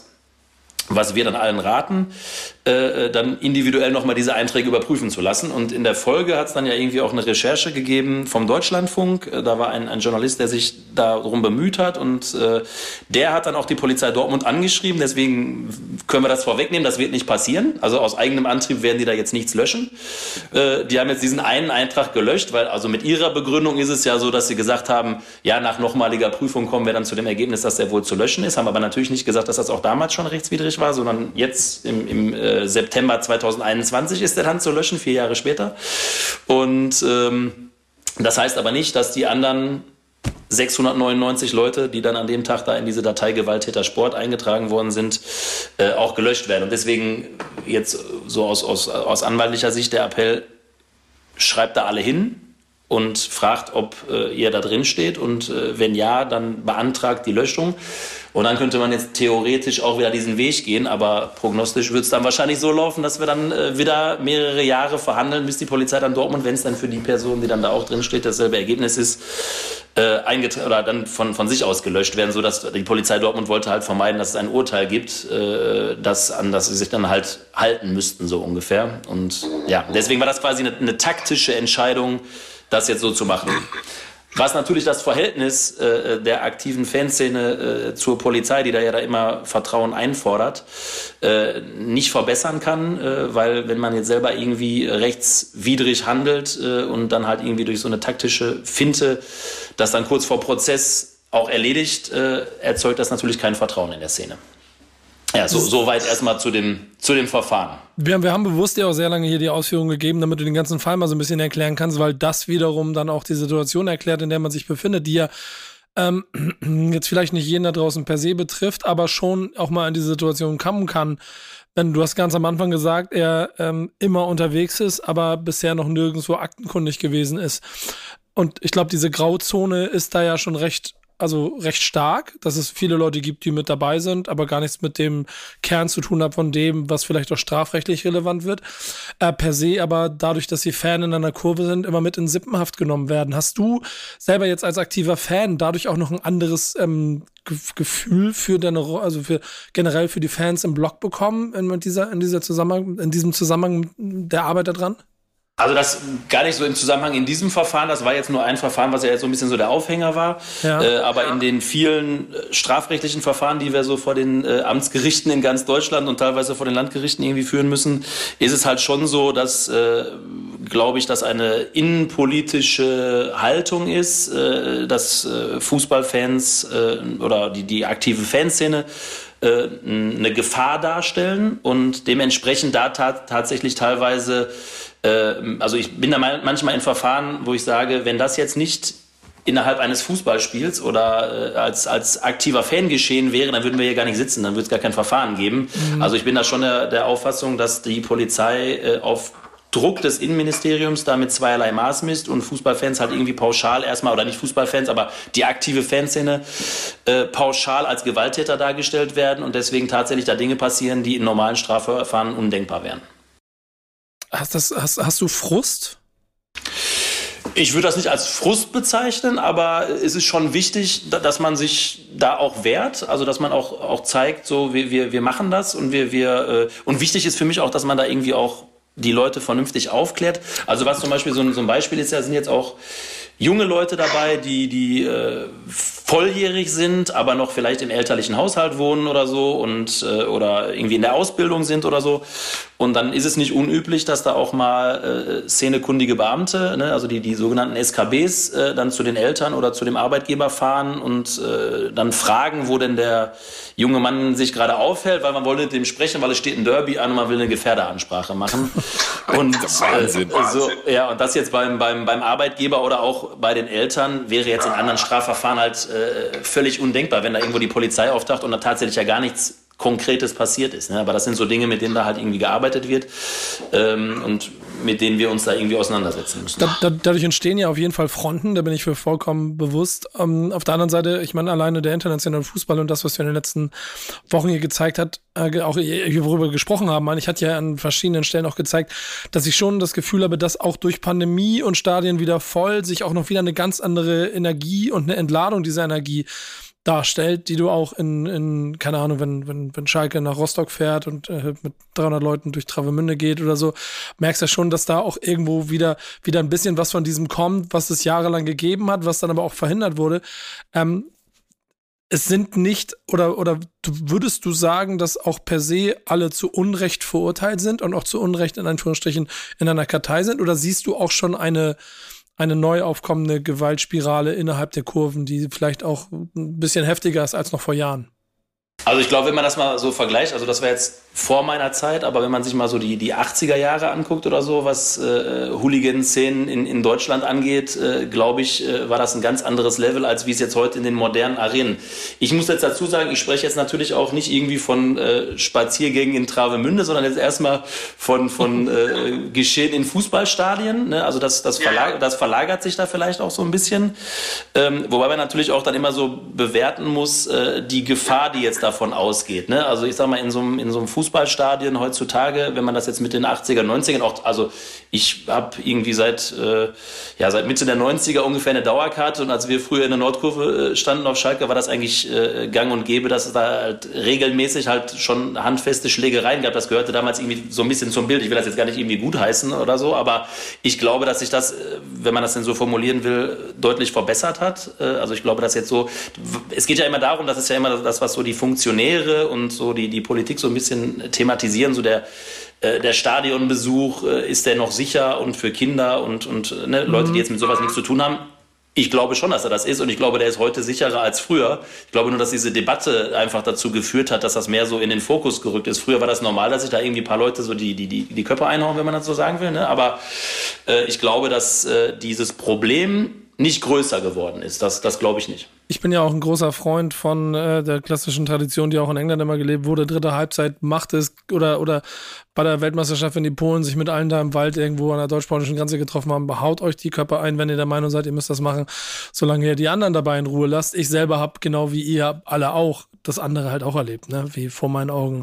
was wir dann allen raten, äh, dann individuell nochmal diese Einträge überprüfen zu lassen. Und in der Folge hat es dann ja irgendwie auch eine Recherche gegeben vom Deutschlandfunk. Da war ein, ein Journalist, der sich darum bemüht hat und äh, der hat dann auch die Polizei Dortmund angeschrieben. Deswegen können wir das vorwegnehmen, das wird nicht passieren. Also aus eigenem Antrieb werden die da jetzt nichts löschen. Äh, die haben jetzt diesen einen Eintrag gelöscht, weil also mit ihrer Begründung ist es ja so, dass sie gesagt haben, ja, nach nochmaliger Prüfung kommen wir dann zu dem Ergebnis, dass der wohl zu löschen ist, haben aber natürlich nicht gesagt, dass das auch damals schon rechtswidrig war, sondern jetzt im, im äh, September zweitausendeinundzwanzig ist der dann zu löschen, vier Jahre später. Und ähm, das heißt aber nicht, dass die anderen sechshundertneunundneunzig Leute, die dann an dem Tag da in diese Datei Gewalttäter Sport eingetragen worden sind, äh, auch gelöscht werden. Und deswegen jetzt so aus, aus, aus anwaltlicher Sicht der Appell, schreibt da alle hin und fragt, ob äh, ihr da drin steht und äh, wenn ja, dann beantragt die Löschung. Und dann könnte man jetzt theoretisch auch wieder diesen Weg gehen, aber prognostisch wird es dann wahrscheinlich so laufen, dass wir dann äh, wieder mehrere Jahre verhandeln, bis die Polizei dann Dortmund, wenn es dann für die Person, die dann da auch drin steht, dasselbe Ergebnis ist, äh, eingetragen oder dann von, von sich aus gelöscht werden, sodass die Polizei Dortmund wollte halt vermeiden, dass es ein Urteil gibt, äh, das, an das sie sich dann halt halten müssten, so ungefähr. Und ja, deswegen war das quasi eine, eine taktische Entscheidung, das jetzt so zu machen. Was natürlich das Verhältnis äh, der aktiven Fanszene äh, zur Polizei, die da ja da immer Vertrauen einfordert, äh, nicht verbessern kann, äh, weil wenn man jetzt selber irgendwie rechtswidrig handelt äh, und dann halt irgendwie durch so eine taktische Finte, das dann kurz vor Prozess auch erledigt, äh, erzeugt das natürlich kein Vertrauen in der Szene. Ja, so, so weit erstmal zu dem, zu dem Verfahren. Wir, wir haben bewusst dir auch sehr lange hier die Ausführungen gegeben, damit du den ganzen Fall mal so ein bisschen erklären kannst, weil das wiederum dann auch die Situation erklärt, in der man sich befindet, die ja ähm, jetzt vielleicht nicht jeden da draußen per se betrifft, aber schon auch mal in diese Situation kommen kann. Wenn du hast ganz am Anfang gesagt, er ähm, immer unterwegs ist, aber bisher noch nirgendwo aktenkundig gewesen ist. Und ich glaube, diese Grauzone ist da ja schon recht also recht stark, dass es viele Leute gibt, die mit dabei sind, aber gar nichts mit dem Kern zu tun hat von dem, was vielleicht auch strafrechtlich relevant wird. Äh, per se aber dadurch, dass sie Fan in einer Kurve sind, immer mit in Sippenhaft genommen werden. Hast du selber jetzt als aktiver Fan dadurch auch noch ein anderes ähm, Ge- Gefühl für deine, also für generell für die Fans im Blog bekommen in dieser, in dieser Zusammenhang, in diesem Zusammenhang der Arbeit daran? Also das gar nicht so im Zusammenhang in diesem Verfahren, das war jetzt nur ein Verfahren, was ja jetzt so ein bisschen so der Aufhänger war, ja. äh, aber in den vielen äh, strafrechtlichen Verfahren, die wir so vor den äh, Amtsgerichten in ganz Deutschland und teilweise vor den Landgerichten irgendwie führen müssen, ist es halt schon so, dass, äh, glaube ich, dass eine innenpolitische Haltung ist, äh, dass äh, Fußballfans äh, oder die, die aktive Fanszene äh, eine Gefahr darstellen und dementsprechend da ta- tatsächlich teilweise also ich bin da manchmal in Verfahren, wo ich sage, wenn das jetzt nicht innerhalb eines Fußballspiels oder äh, als, als aktiver Fan geschehen wäre, dann würden wir hier gar nicht sitzen, dann würde es gar kein Verfahren geben. Mhm. Also ich bin da schon der, der Auffassung, dass die Polizei äh, auf Druck des Innenministeriums da mit zweierlei Maß misst und Fußballfans halt irgendwie pauschal erstmal, oder nicht Fußballfans, aber die aktive Fanszene äh, pauschal als Gewalttäter dargestellt werden und deswegen tatsächlich da Dinge passieren, die in normalen Strafverfahren undenkbar wären. Hast, das, hast, hast du Frust? Ich würde das nicht als Frust bezeichnen, aber es ist schon wichtig, dass man sich da auch wehrt, also dass man auch, auch zeigt, so wir, wir, wir machen das und wir, wir und wichtig ist für mich auch, dass man da irgendwie auch die Leute vernünftig aufklärt. Also was zum Beispiel so ein, so ein Beispiel ist, da sind jetzt auch junge Leute dabei, die, die äh, volljährig sind, aber noch vielleicht im elterlichen Haushalt wohnen oder so und äh, oder irgendwie in der Ausbildung sind oder so. Und dann ist es nicht unüblich, dass da auch mal äh, szenekundige Beamte, ne, also die, die sogenannten S K Bs, äh, dann zu den Eltern oder zu dem Arbeitgeber fahren und äh, dann fragen, wo denn der junge Mann sich gerade aufhält, weil man wollte mit dem sprechen, weil es steht ein Derby an und man will eine Gefährderansprache machen. Und Wahnsinn, äh, so, ja, und das jetzt beim, beim, beim Arbeitgeber oder auch bei den Eltern wäre jetzt in anderen Strafverfahren halt äh, völlig undenkbar, wenn da irgendwo die Polizei auftaucht und da tatsächlich ja gar nichts Konkretes passiert ist. Ne? Aber das sind so Dinge, mit denen da halt irgendwie gearbeitet wird ähm, und mit denen wir uns da irgendwie auseinandersetzen müssen. Da, da, dadurch entstehen ja auf jeden Fall Fronten, da bin ich für vollkommen bewusst. Ähm, auf der anderen Seite, ich meine, alleine der internationale Fußball und das, was wir in den letzten Wochen hier gezeigt hat, äh, auch hier, worüber wir gesprochen haben, ich hatte ja an verschiedenen Stellen auch gezeigt, dass ich schon das Gefühl habe, dass auch durch Pandemie und Stadien wieder voll sich auch noch wieder eine ganz andere Energie und eine Entladung dieser Energie darstellt, die du auch in, in keine Ahnung, wenn, wenn, wenn Schalke nach Rostock fährt und äh, mit dreihundert Leuten durch Travemünde geht oder so, merkst du schon, dass da auch irgendwo wieder, wieder ein bisschen was von diesem kommt, was es jahrelang gegeben hat, was dann aber auch verhindert wurde. Ähm, es sind nicht, oder, oder würdest du sagen, dass auch per se alle zu Unrecht verurteilt sind und auch zu Unrecht in Anführungsstrichen in einer Kartei sind? Oder siehst du auch schon eine eine neu aufkommende Gewaltspirale innerhalb der Kurven, die vielleicht auch ein bisschen heftiger ist als noch vor Jahren? Also ich glaube, wenn man das mal so vergleicht, also das war jetzt vor meiner Zeit, aber wenn man sich mal so die, die achtziger Jahre anguckt oder so, was äh, Hooligan-Szenen in, in Deutschland angeht, äh, glaube ich, äh, war das ein ganz anderes Level, als wie es jetzt heute in den modernen Arenen. Ich muss jetzt dazu sagen, ich spreche jetzt natürlich auch nicht irgendwie von äh, Spaziergängen in Travemünde, sondern jetzt erstmal von, von äh, Geschehen in Fußballstadien. Ne? Also das, das, verlag, das verlagert sich da vielleicht auch so ein bisschen. Ähm, wobei man natürlich auch dann immer so bewerten muss, äh, die Gefahr, die jetzt davon ausgeht. Ne? Also ich sag mal, in so einem, in so einem Fußballstadion heutzutage, wenn man das jetzt mit den achtziger, neunzigern, auch, also ich habe irgendwie seit, äh, ja, seit Mitte der neunziger ungefähr eine Dauerkarte und als wir früher in der Nordkurve standen auf Schalke, war das eigentlich äh, gang und gäbe, dass es da halt regelmäßig halt schon handfeste Schlägereien gab. Das gehörte damals irgendwie so ein bisschen zum Bild. Ich will das jetzt gar nicht irgendwie gutheißen oder so, aber ich glaube, dass sich das, wenn man das denn so formulieren will, deutlich verbessert hat. Also ich glaube, dass jetzt so, es geht ja immer darum, das ist ja immer das, was so die Funktionäre und so die, die Politik so ein bisschen thematisieren, so der der Stadionbesuch, ist der noch sicher und für Kinder und, und ne, Leute, die jetzt mit sowas nichts zu tun haben. Ich glaube schon, dass er das ist und ich glaube, der ist heute sicherer als früher. Ich glaube nur, dass diese Debatte einfach dazu geführt hat, dass das mehr so in den Fokus gerückt ist. Früher war das normal, dass sich da irgendwie ein paar Leute so die, die, die, die Köpfe einhauen, wenn man das so sagen will. Ne? Aber äh, ich glaube, dass äh, dieses Problem nicht größer geworden ist. Das, das glaube ich nicht. Ich bin ja auch ein großer Freund von äh, der klassischen Tradition, die auch in England immer gelebt wurde. Dritte Halbzeit macht es oder oder bei der Weltmeisterschaft, wenn die Polen sich mit allen da im Wald irgendwo an der deutsch-polnischen Grenze getroffen haben, behaut euch die Köpfe ein, wenn ihr der Meinung seid, ihr müsst das machen, solange ihr die anderen dabei in Ruhe lasst. Ich selber habe, genau wie ihr alle auch, das andere halt auch erlebt, ne? Wie vor meinen Augen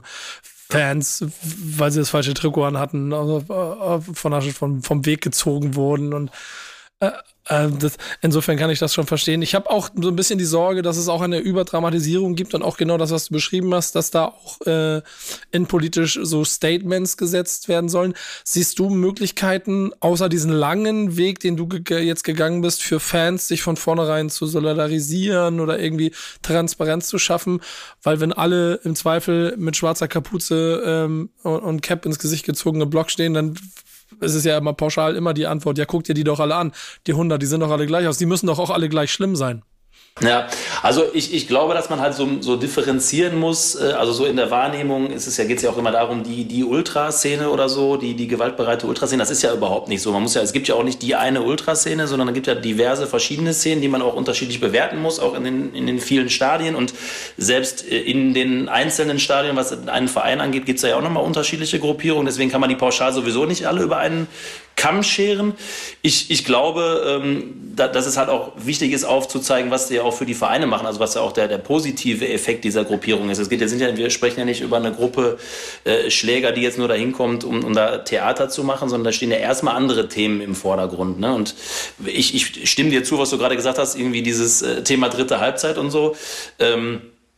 Fans, weil sie das falsche Trikot an hatten, also, äh, von, von, vom Weg gezogen wurden und äh, Das, insofern kann ich das schon verstehen. Ich habe auch so ein bisschen die Sorge, dass es auch eine Überdramatisierung gibt und auch genau das, was du beschrieben hast, dass da auch äh, innenpolitisch so Statements gesetzt werden sollen. Siehst du Möglichkeiten, außer diesen langen Weg, den du ge- jetzt gegangen bist, für Fans, sich von vornherein zu solidarisieren oder irgendwie Transparenz zu schaffen? Weil wenn alle im Zweifel mit schwarzer Kapuze ähm, und, und Cap ins Gesicht gezogene Block stehen, dann es ist ja immer pauschal immer die Antwort, ja, guck dir die doch alle an. Die hundert, die sehen doch alle gleich aus. Die müssen doch auch alle gleich schlimm sein. Ja, also ich, ich glaube, dass man halt so, so differenzieren muss, also so in der Wahrnehmung ist es ja, geht es ja auch immer darum, die, die Ultraszene oder so, die, die gewaltbereite Ultraszene, das ist ja überhaupt nicht so. Man muss ja, es gibt ja auch nicht die eine Ultraszene, sondern es gibt ja diverse verschiedene Szenen, die man auch unterschiedlich bewerten muss, auch in den, in den vielen Stadien und selbst in den einzelnen Stadien, was einen Verein angeht, gibt es ja auch nochmal unterschiedliche Gruppierungen, deswegen kann man die pauschal sowieso nicht alle über einen Kamm scheren. Ich, ich glaube, ähm, da, dass es halt auch wichtig ist, aufzuzeigen, was die auch für die Vereine machen, also was ja auch der, der positive Effekt dieser Gruppierung ist. Es geht ja, sind ja, wir sprechen ja nicht über eine Gruppe äh, Schläger, die jetzt nur dahin kommt, um, um da Theater zu machen, sondern da stehen ja erstmal andere Themen im Vordergrund. Ne? Und ich, ich stimme dir zu, was du gerade gesagt hast, irgendwie dieses äh, Thema dritte Halbzeit und so. Ähm,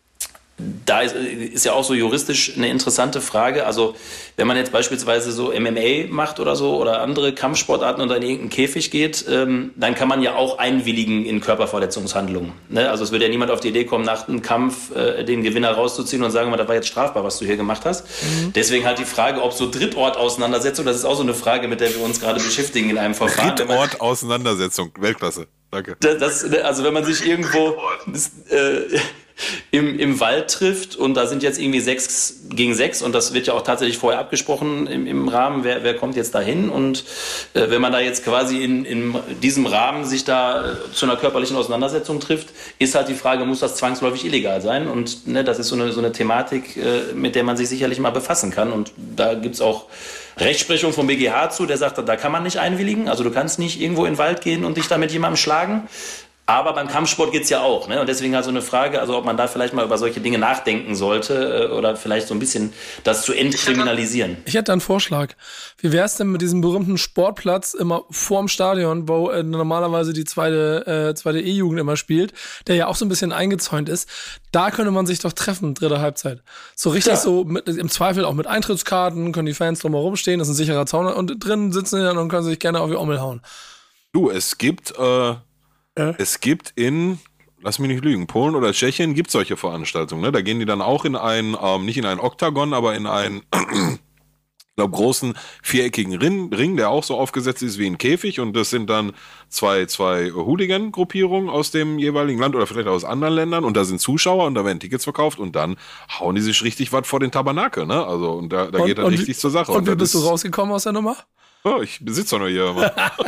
Da ist, ist ja auch so juristisch eine interessante Frage. Also wenn man jetzt beispielsweise so M M A macht oder so oder andere Kampfsportarten und in irgendeinen Käfig geht, ähm, dann kann man ja auch einwilligen in Körperverletzungshandlungen. Ne? Also es würde ja niemand auf die Idee kommen, nach einem Kampf äh, den Gewinner rauszuziehen und sagen, das war jetzt strafbar, was du hier gemacht hast. Mhm. Deswegen halt die Frage, ob so Drittortauseinandersetzung, das ist auch so eine Frage, mit der wir uns gerade beschäftigen in einem Verfahren. Drittortauseinandersetzung, Weltklasse. Danke. Das, das, also wenn man sich irgendwo das, äh, Im, im Wald trifft und da sind jetzt irgendwie sechs gegen sechs und das wird ja auch tatsächlich vorher abgesprochen im, im Rahmen, wer, wer kommt jetzt da hin und äh, wenn man da jetzt quasi in, in diesem Rahmen sich da äh, zu einer körperlichen Auseinandersetzung trifft, ist halt die Frage, muss das zwangsläufig illegal sein und ne, das ist so eine, so eine Thematik, äh, mit der man sich sicherlich mal befassen kann und da gibt's auch Rechtsprechung vom B G H zu, der sagt, da kann man nicht einwilligen, also du kannst nicht irgendwo in den Wald gehen und dich da mit jemandem schlagen. Aber beim Kampfsport geht's ja auch, ne? Und deswegen also eine Frage, also ob man da vielleicht mal über solche Dinge nachdenken sollte äh, oder vielleicht so ein bisschen das zu entkriminalisieren. Ich hätte einen Vorschlag. Wie wär's denn mit diesem berühmten Sportplatz immer vorm Stadion, wo äh, normalerweise die zweite äh, zweite E-Jugend immer spielt, der ja auch so ein bisschen eingezäunt ist. Da könnte man sich doch treffen, dritte Halbzeit. So richtig ja. so mit, im Zweifel auch mit Eintrittskarten, können die Fans drumherum stehen, das ist ein sicherer Zaun und drinnen sitzen die dann und können sich gerne auf die Ommel hauen. Du, es gibt äh Es gibt in, lass mich nicht lügen, Polen oder Tschechien gibt es solche Veranstaltungen. Ne? Da gehen die dann auch in einen, ähm, nicht in einen Oktagon, aber in einen, ich glaube, großen viereckigen Ring, Ring, der auch so aufgesetzt ist wie ein Käfig. Und das sind dann zwei, zwei Hooligan-Gruppierungen aus dem jeweiligen Land oder vielleicht aus anderen Ländern. Und da sind Zuschauer und da werden Tickets verkauft und dann hauen die sich richtig was vor den Tabernakel. Ne? Also, und da, da und, geht dann richtig wie, zur Sache. Und, und wie bist du rausgekommen aus der Nummer? Oh, ich besitze doch nur hier.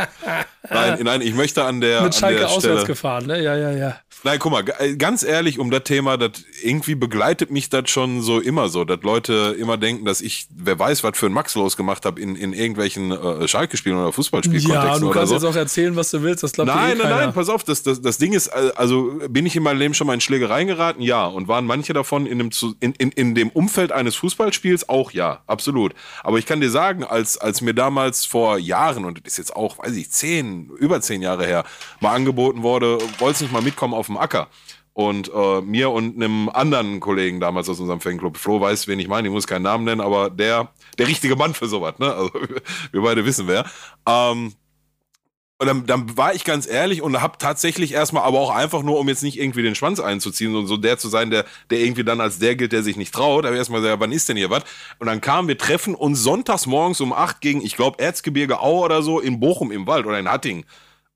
nein, nein, ich möchte an der Mit Schalke an der auswärts Stelle, gefahren, ne? Ja, ja, ja. Nein, guck mal, ganz ehrlich, um das Thema, das irgendwie begleitet mich das schon so immer so, dass Leute immer denken, dass ich, wer weiß, was für ein Max losgemacht habe in, in irgendwelchen äh, Schalke-Spielen oder Fußballspielkontexten. Ja, du kannst so. jetzt auch erzählen, was du willst, das glaubt Nein, eh nein, keiner. nein, pass auf, das, das, das Ding ist, also bin ich in meinem Leben schon mal in Schlägereien geraten? Ja. Und waren manche davon in dem, in, in, in dem Umfeld eines Fußballspiels? Auch ja, absolut. Aber ich kann dir sagen, als, als mir damals vor Jahren, und das ist jetzt auch, weiß ich, zehn, über zehn Jahre her, mal angeboten wurde, wolltest nicht mal mitkommen auf dem Acker? Und äh, mir und einem anderen Kollegen damals aus unserem Fanclub, Flo weiß, wen ich meine, ich muss keinen Namen nennen, aber der, der richtige Mann für sowas, ne? Also wir beide wissen wer. Ähm, und dann, dann war ich ganz ehrlich und habe tatsächlich erstmal, aber auch einfach nur, um jetzt nicht irgendwie den Schwanz einzuziehen und so der zu sein, der, der irgendwie dann als der gilt, der sich nicht traut, aber erstmal gesagt, wann ist denn hier was? Und dann kamen wir treffen uns sonntags morgens um acht gegen, ich glaube, Erzgebirge Aue oder so in Bochum im Wald oder in Hattingen.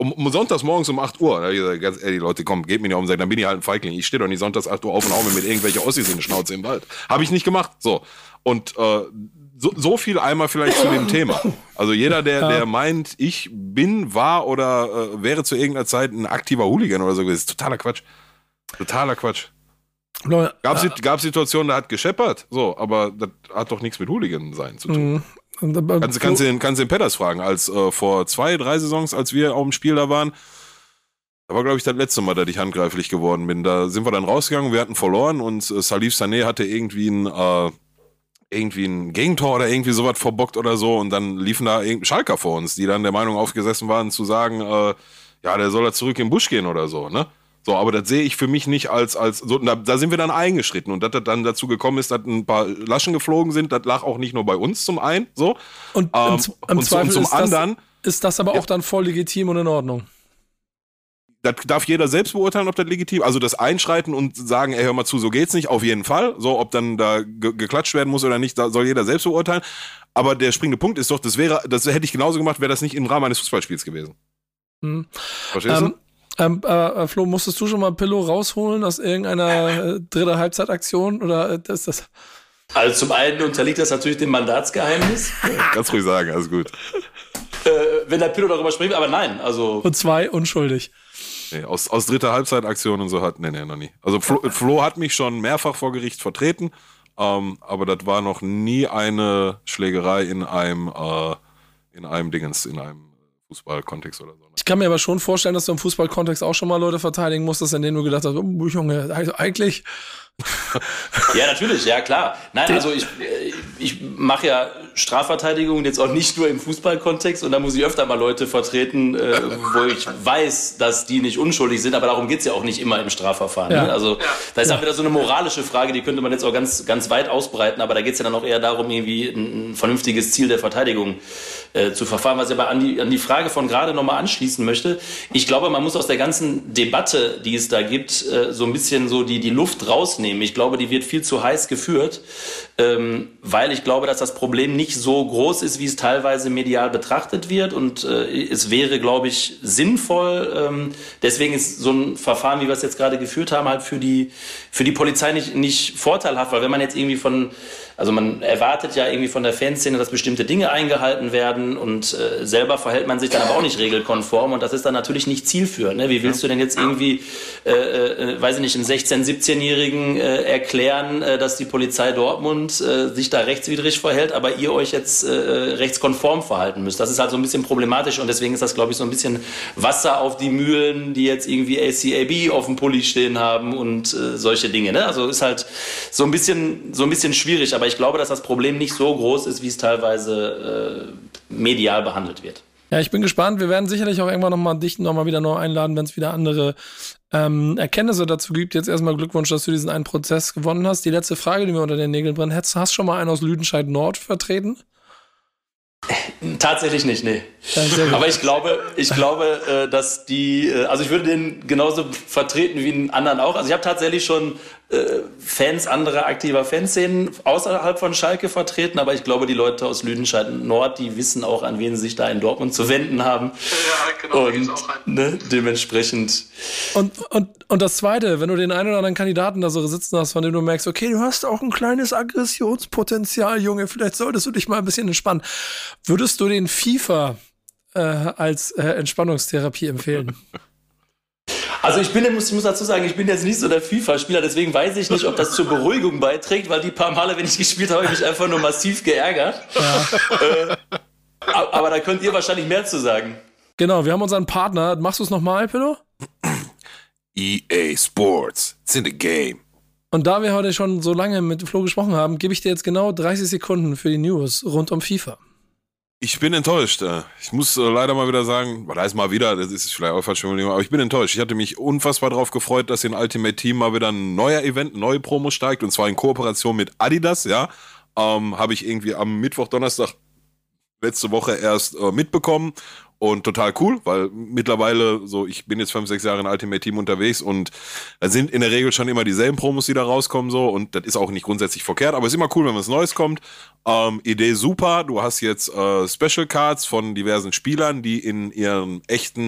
Um, um sonntags morgens um acht Uhr. Da hab ich gesagt, ganz ehrlich, Leute, komm, geht mir nicht um, dann bin ich halt ein Feigling. Ich stehe doch nicht sonntags acht Uhr auf und hau mir mit irgendwelchen Ossis in die Schnauze im Wald. Habe ich nicht gemacht. So. Und äh, so, so viel einmal vielleicht zu dem Thema. Also jeder, der, der meint, ich bin, war oder äh, wäre zu irgendeiner Zeit ein aktiver Hooligan oder so, ist totaler Quatsch. Totaler Quatsch. Gab äh, Situationen, da hat gescheppert, so, aber das hat doch nichts mit Hooligan sein zu tun. Mhm. Kannst, kannst, du den, kannst du den Petters fragen, als äh, vor zwei, drei Saisons, als wir auf dem Spiel da waren, da war, glaube ich, das letzte Mal, dass ich handgreiflich geworden bin. Da sind wir dann rausgegangen, wir hatten verloren und äh, Salif Sané hatte irgendwie ein äh, irgendwie ein Gegentor oder irgendwie sowas verbockt oder so und dann liefen da irgendein Schalker vor uns, die dann der Meinung aufgesessen waren zu sagen, äh, ja, der soll da zurück in den Busch gehen oder so, ne? So, aber das sehe ich für mich nicht als, als so, da, da sind wir dann eingeschritten und dass das dann dazu gekommen ist, dass ein paar Laschen geflogen sind, das lag auch nicht nur bei uns zum einen, so. Und ähm, im, im und, Zweifel und zum ist anderen. Das, ist das aber auch ja. dann voll legitim und in Ordnung? Das darf jeder selbst beurteilen, ob das legitim, also das Einschreiten und sagen, ey, hör mal zu, so geht's nicht, auf jeden Fall. So, ob dann da ge- geklatscht werden muss oder nicht, da soll jeder selbst beurteilen. Aber der springende Punkt ist doch, das wäre, das hätte ich genauso gemacht, wäre das nicht im Rahmen eines Fußballspiels gewesen. Hm. Verstehst ähm, du? Ähm, äh, Flo, musstest du schon mal Pillow rausholen aus irgendeiner äh, dritte Halbzeitaktion oder äh, ist das? Also zum einen unterliegt das natürlich dem Mandatsgeheimnis. Kannst ruhig sagen, alles gut. Äh, wenn der Pillow darüber spricht, aber nein, also. Und zwei, unschuldig. Nee, aus, aus dritter Halbzeitaktion und so hat, nee, nee, noch nie. Also Flo, Flo hat mich schon mehrfach vor Gericht vertreten, ähm, aber das war noch nie eine Schlägerei in einem, äh, in einem Dingens, in einem Fußballkontext oder so. Ich kann mir aber schon vorstellen, dass du im Fußballkontext auch schon mal Leute verteidigen musstest, in denen du gedacht hast, oh, Junge, also eigentlich. Ja, natürlich, ja klar. Nein, also ich, ich mache ja Strafverteidigung jetzt auch nicht nur im Fußballkontext und da muss ich öfter mal Leute vertreten, äh, wo ich weiß, dass die nicht unschuldig sind, aber darum geht's ja auch nicht immer im Strafverfahren. Ja. Ne? Also ja. da ist ja. auch wieder so eine moralische Frage, die könnte man jetzt auch ganz, ganz weit ausbreiten, aber da geht's ja dann auch eher darum, irgendwie ein, ein vernünftiges Ziel der Verteidigung äh, zu verfahren, was ich aber an die, an die Frage von gerade nochmal anschließen möchte. Ich glaube, man muss aus der ganzen Debatte, die es da gibt, äh, so ein bisschen so die, die Luft rausnehmen. Ich glaube, die wird viel zu heiß geführt, ähm, weil ich glaube, dass das Problem nicht so groß ist, wie es teilweise medial betrachtet wird. Und äh, es wäre, glaube ich, sinnvoll. Ähm, deswegen ist so ein Verfahren, wie wir es jetzt gerade geführt haben, halt für die, für die Polizei nicht, nicht vorteilhaft. Weil wenn man jetzt irgendwie von, also man erwartet ja irgendwie von der Fanszene, dass bestimmte Dinge eingehalten werden und äh, selber verhält man sich dann aber auch nicht regelkonform. Und das ist dann natürlich nicht zielführend. Ne? Wie willst du denn jetzt irgendwie, äh, äh, weiß ich nicht, einem sechzehn-, siebzehnjährigen äh, erklären, äh, dass die Polizei Dortmund äh, sich da rechtswidrig verhält, aber ihr euch jetzt äh, rechtskonform verhalten müsst. Das ist halt so ein bisschen problematisch und deswegen ist das, glaube ich, so ein bisschen Wasser auf die Mühlen, die jetzt irgendwie A C A B auf dem Pulli stehen haben und äh, solche Dinge. Ne? Also ist halt so ein bisschen, so ein bisschen schwierig, aber ich glaube, dass das Problem nicht so groß ist, wie es teilweise äh, medial behandelt wird. Ja, ich bin gespannt. Wir werden sicherlich auch irgendwann nochmal dich nochmal wieder neu einladen, wenn es wieder andere ähm, Erkenntnisse dazu gibt. Jetzt erstmal Glückwunsch, dass du diesen einen Prozess gewonnen hast. Die letzte Frage, die mir unter den Nägeln brennt. Hast du schon mal einen aus Lüdenscheid Nord vertreten? Tatsächlich nicht, nee. Aber ich glaube, ich glaube, äh, dass die, äh, also ich würde den genauso vertreten wie einen anderen auch. Also ich habe tatsächlich schon äh, Fans anderer aktiver Fanszenen außerhalb von Schalke vertreten, aber ich glaube, die Leute aus Lüdenscheid Nord, die wissen auch, an wen sie sich da in Dortmund zu wenden haben. Ja, genau. Und ne, dementsprechend. Und, und, und das Zweite, wenn du den einen oder anderen Kandidaten da so sitzen hast, von dem du merkst, okay, du hast auch ein kleines Aggressionspotenzial, Junge, vielleicht solltest du dich mal ein bisschen entspannen. Würdest du den FIFA äh, als äh, Entspannungstherapie empfehlen? Also ich bin, ich muss dazu sagen, ich bin jetzt nicht so der FIFA-Spieler, deswegen weiß ich nicht, ob das zur Beruhigung beiträgt, weil die paar Male, wenn ich gespielt habe, habe ich mich einfach nur massiv geärgert. Ja. Äh, aber da könnt ihr wahrscheinlich mehr zu sagen. Genau, wir haben unseren Partner. Machst du es nochmal, Pillow? E A Sports, it's in the game. Und da wir heute schon so lange mit Flo gesprochen haben, gebe ich dir jetzt genau dreißig Sekunden für die News rund um FIFA. Ich bin enttäuscht. Ich muss leider mal wieder sagen, da ist mal wieder, das ist vielleicht auch falsch, aber ich bin enttäuscht. Ich hatte mich unfassbar darauf gefreut, dass in Ultimate Team mal wieder ein neuer Event, neue Promo steigt, und zwar in Kooperation mit Adidas, ja. Ähm, habe ich irgendwie am Mittwoch, Donnerstag letzte Woche erst äh, mitbekommen. Und total cool, weil mittlerweile, so, ich bin jetzt fünf, sechs Jahre in Ultimate Team unterwegs und da sind in der Regel schon immer dieselben Promos, die da rauskommen, so, und das ist auch nicht grundsätzlich verkehrt, aber es ist immer cool, wenn was Neues kommt. Ähm, Idee super, du hast jetzt äh, Special Cards von diversen Spielern, die in ihren echten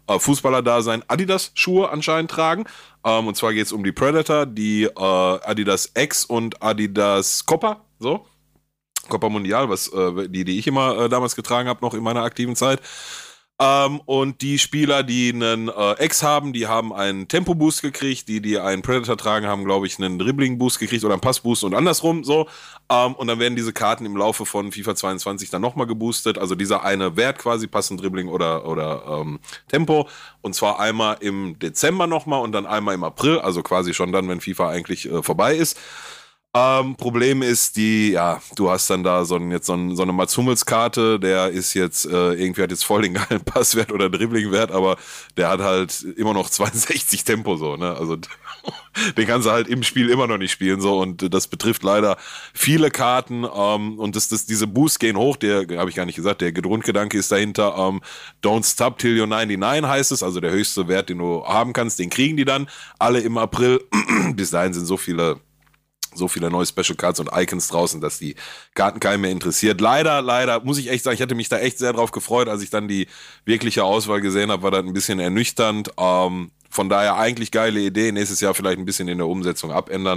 äh, Fußballer-Dasein Adidas-Schuhe anscheinend tragen. Ähm, und zwar geht es um die Predator, die äh, Adidas X und Adidas Copa, so. Copa Mundial, was äh, die, die ich immer äh, damals getragen habe, noch in meiner aktiven Zeit. Ähm, und die Spieler, die einen äh, X haben, die haben einen Tempo-Boost gekriegt, die, die einen Predator tragen, haben, glaube ich, einen Dribbling-Boost gekriegt oder einen Pass-Boost und andersrum so. Ähm, und dann werden diese Karten im Laufe von FIFA zweiundzwanzig dann nochmal geboostet. Also dieser eine Wert quasi, passend Dribbling oder, oder ähm, Tempo. Und zwar einmal im Dezember nochmal und dann einmal im April, also quasi schon dann, wenn FIFA eigentlich äh, vorbei ist. Ähm, Problem ist, die, ja, du hast dann da so, ein, jetzt so, ein, so eine Mats Hummels Karte, der ist jetzt, äh, irgendwie hat jetzt voll den geilen Passwert oder Dribblingwert, aber der hat halt immer noch zweiundsechzig Tempo so, ne, also den kannst du halt im Spiel immer noch nicht spielen so und das betrifft leider viele Karten ähm, und das, das, diese Boosts gehen hoch, der, habe ich gar nicht gesagt, der Grundgedanke ist dahinter, ähm, don't stop till you're ninety-nine heißt es, also der höchste Wert, den du haben kannst, den kriegen die dann alle im April, bis dahin sind so viele so viele neue Special Cards und Icons draußen, dass die Karten keinen mehr interessiert. Leider, leider, muss ich echt sagen, ich hatte mich da echt sehr drauf gefreut, als ich dann die wirkliche Auswahl gesehen habe, war das ein bisschen ernüchternd. Ähm, von daher eigentlich geile Idee, nächstes Jahr vielleicht ein bisschen in der Umsetzung abändern,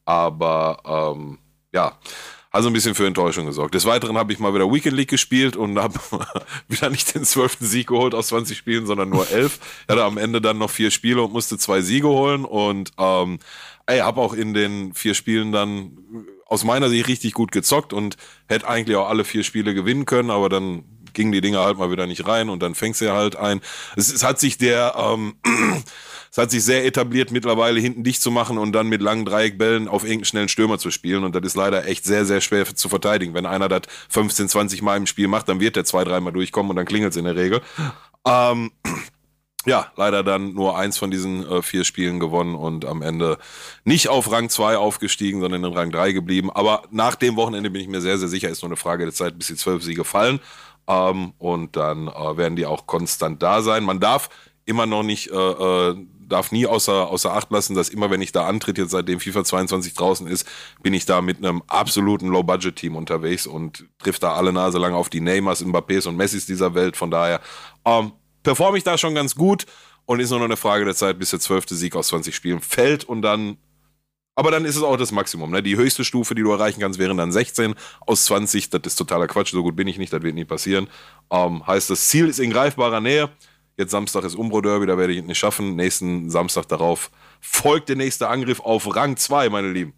aber ähm, ja, also ein bisschen für Enttäuschung gesorgt. Des Weiteren habe ich mal wieder Weekend League gespielt und habe wieder nicht den zwölften Sieg geholt aus zwanzig Spielen, sondern nur elf. Ich hatte am Ende dann noch vier Spiele und musste zwei Siege holen und ähm, ey, hab auch in den vier Spielen dann aus meiner Sicht richtig gut gezockt und hätte eigentlich auch alle vier Spiele gewinnen können, aber dann gingen die Dinger halt mal wieder nicht rein und dann fängst du halt ein. Es, es hat sich der, ähm, es hat sich sehr etabliert, mittlerweile hinten dicht zu machen und dann mit langen Dreieckbällen auf irgendeinen schnellen Stürmer zu spielen und das ist leider echt sehr, sehr schwer zu verteidigen. Wenn einer das fünfzehn, zwanzig Mal im Spiel macht, dann wird der zwei, dreimal durchkommen und dann klingelt es in der Regel. Ähm, Ja, leider dann nur eins von diesen äh, vier Spielen gewonnen und am Ende nicht auf Rang zwei aufgestiegen, sondern in Rang drei geblieben. Aber nach dem Wochenende bin ich mir sehr, sehr sicher, ist nur eine Frage der Zeit, bis die zwölf Siege fallen. Ähm, und dann äh, werden die auch konstant da sein. Man darf immer noch nicht, äh, äh, darf nie außer, außer Acht lassen, dass immer, wenn ich da antritt, jetzt seitdem FIFA zweiundzwanzig draußen ist, bin ich da mit einem absoluten Low-Budget-Team unterwegs und trifft da alle Nase lang auf die Neymars, Mbappés und Messis dieser Welt. Von daher, ähm, performe ich da schon ganz gut und ist nur noch eine Frage der Zeit, bis der zwölfte Sieg aus zwanzig Spielen fällt und dann, aber dann ist es auch das Maximum, ne? Die höchste Stufe, die du erreichen kannst, wären dann sechzehn aus zwanzig, das ist totaler Quatsch, so gut bin ich nicht, das wird nie passieren. Ähm, heißt, das Ziel ist in greifbarer Nähe, jetzt Samstag ist Umbro Derby, da werde ich es nicht schaffen, nächsten Samstag darauf folgt der nächste Angriff auf Rang zwei, meine Lieben.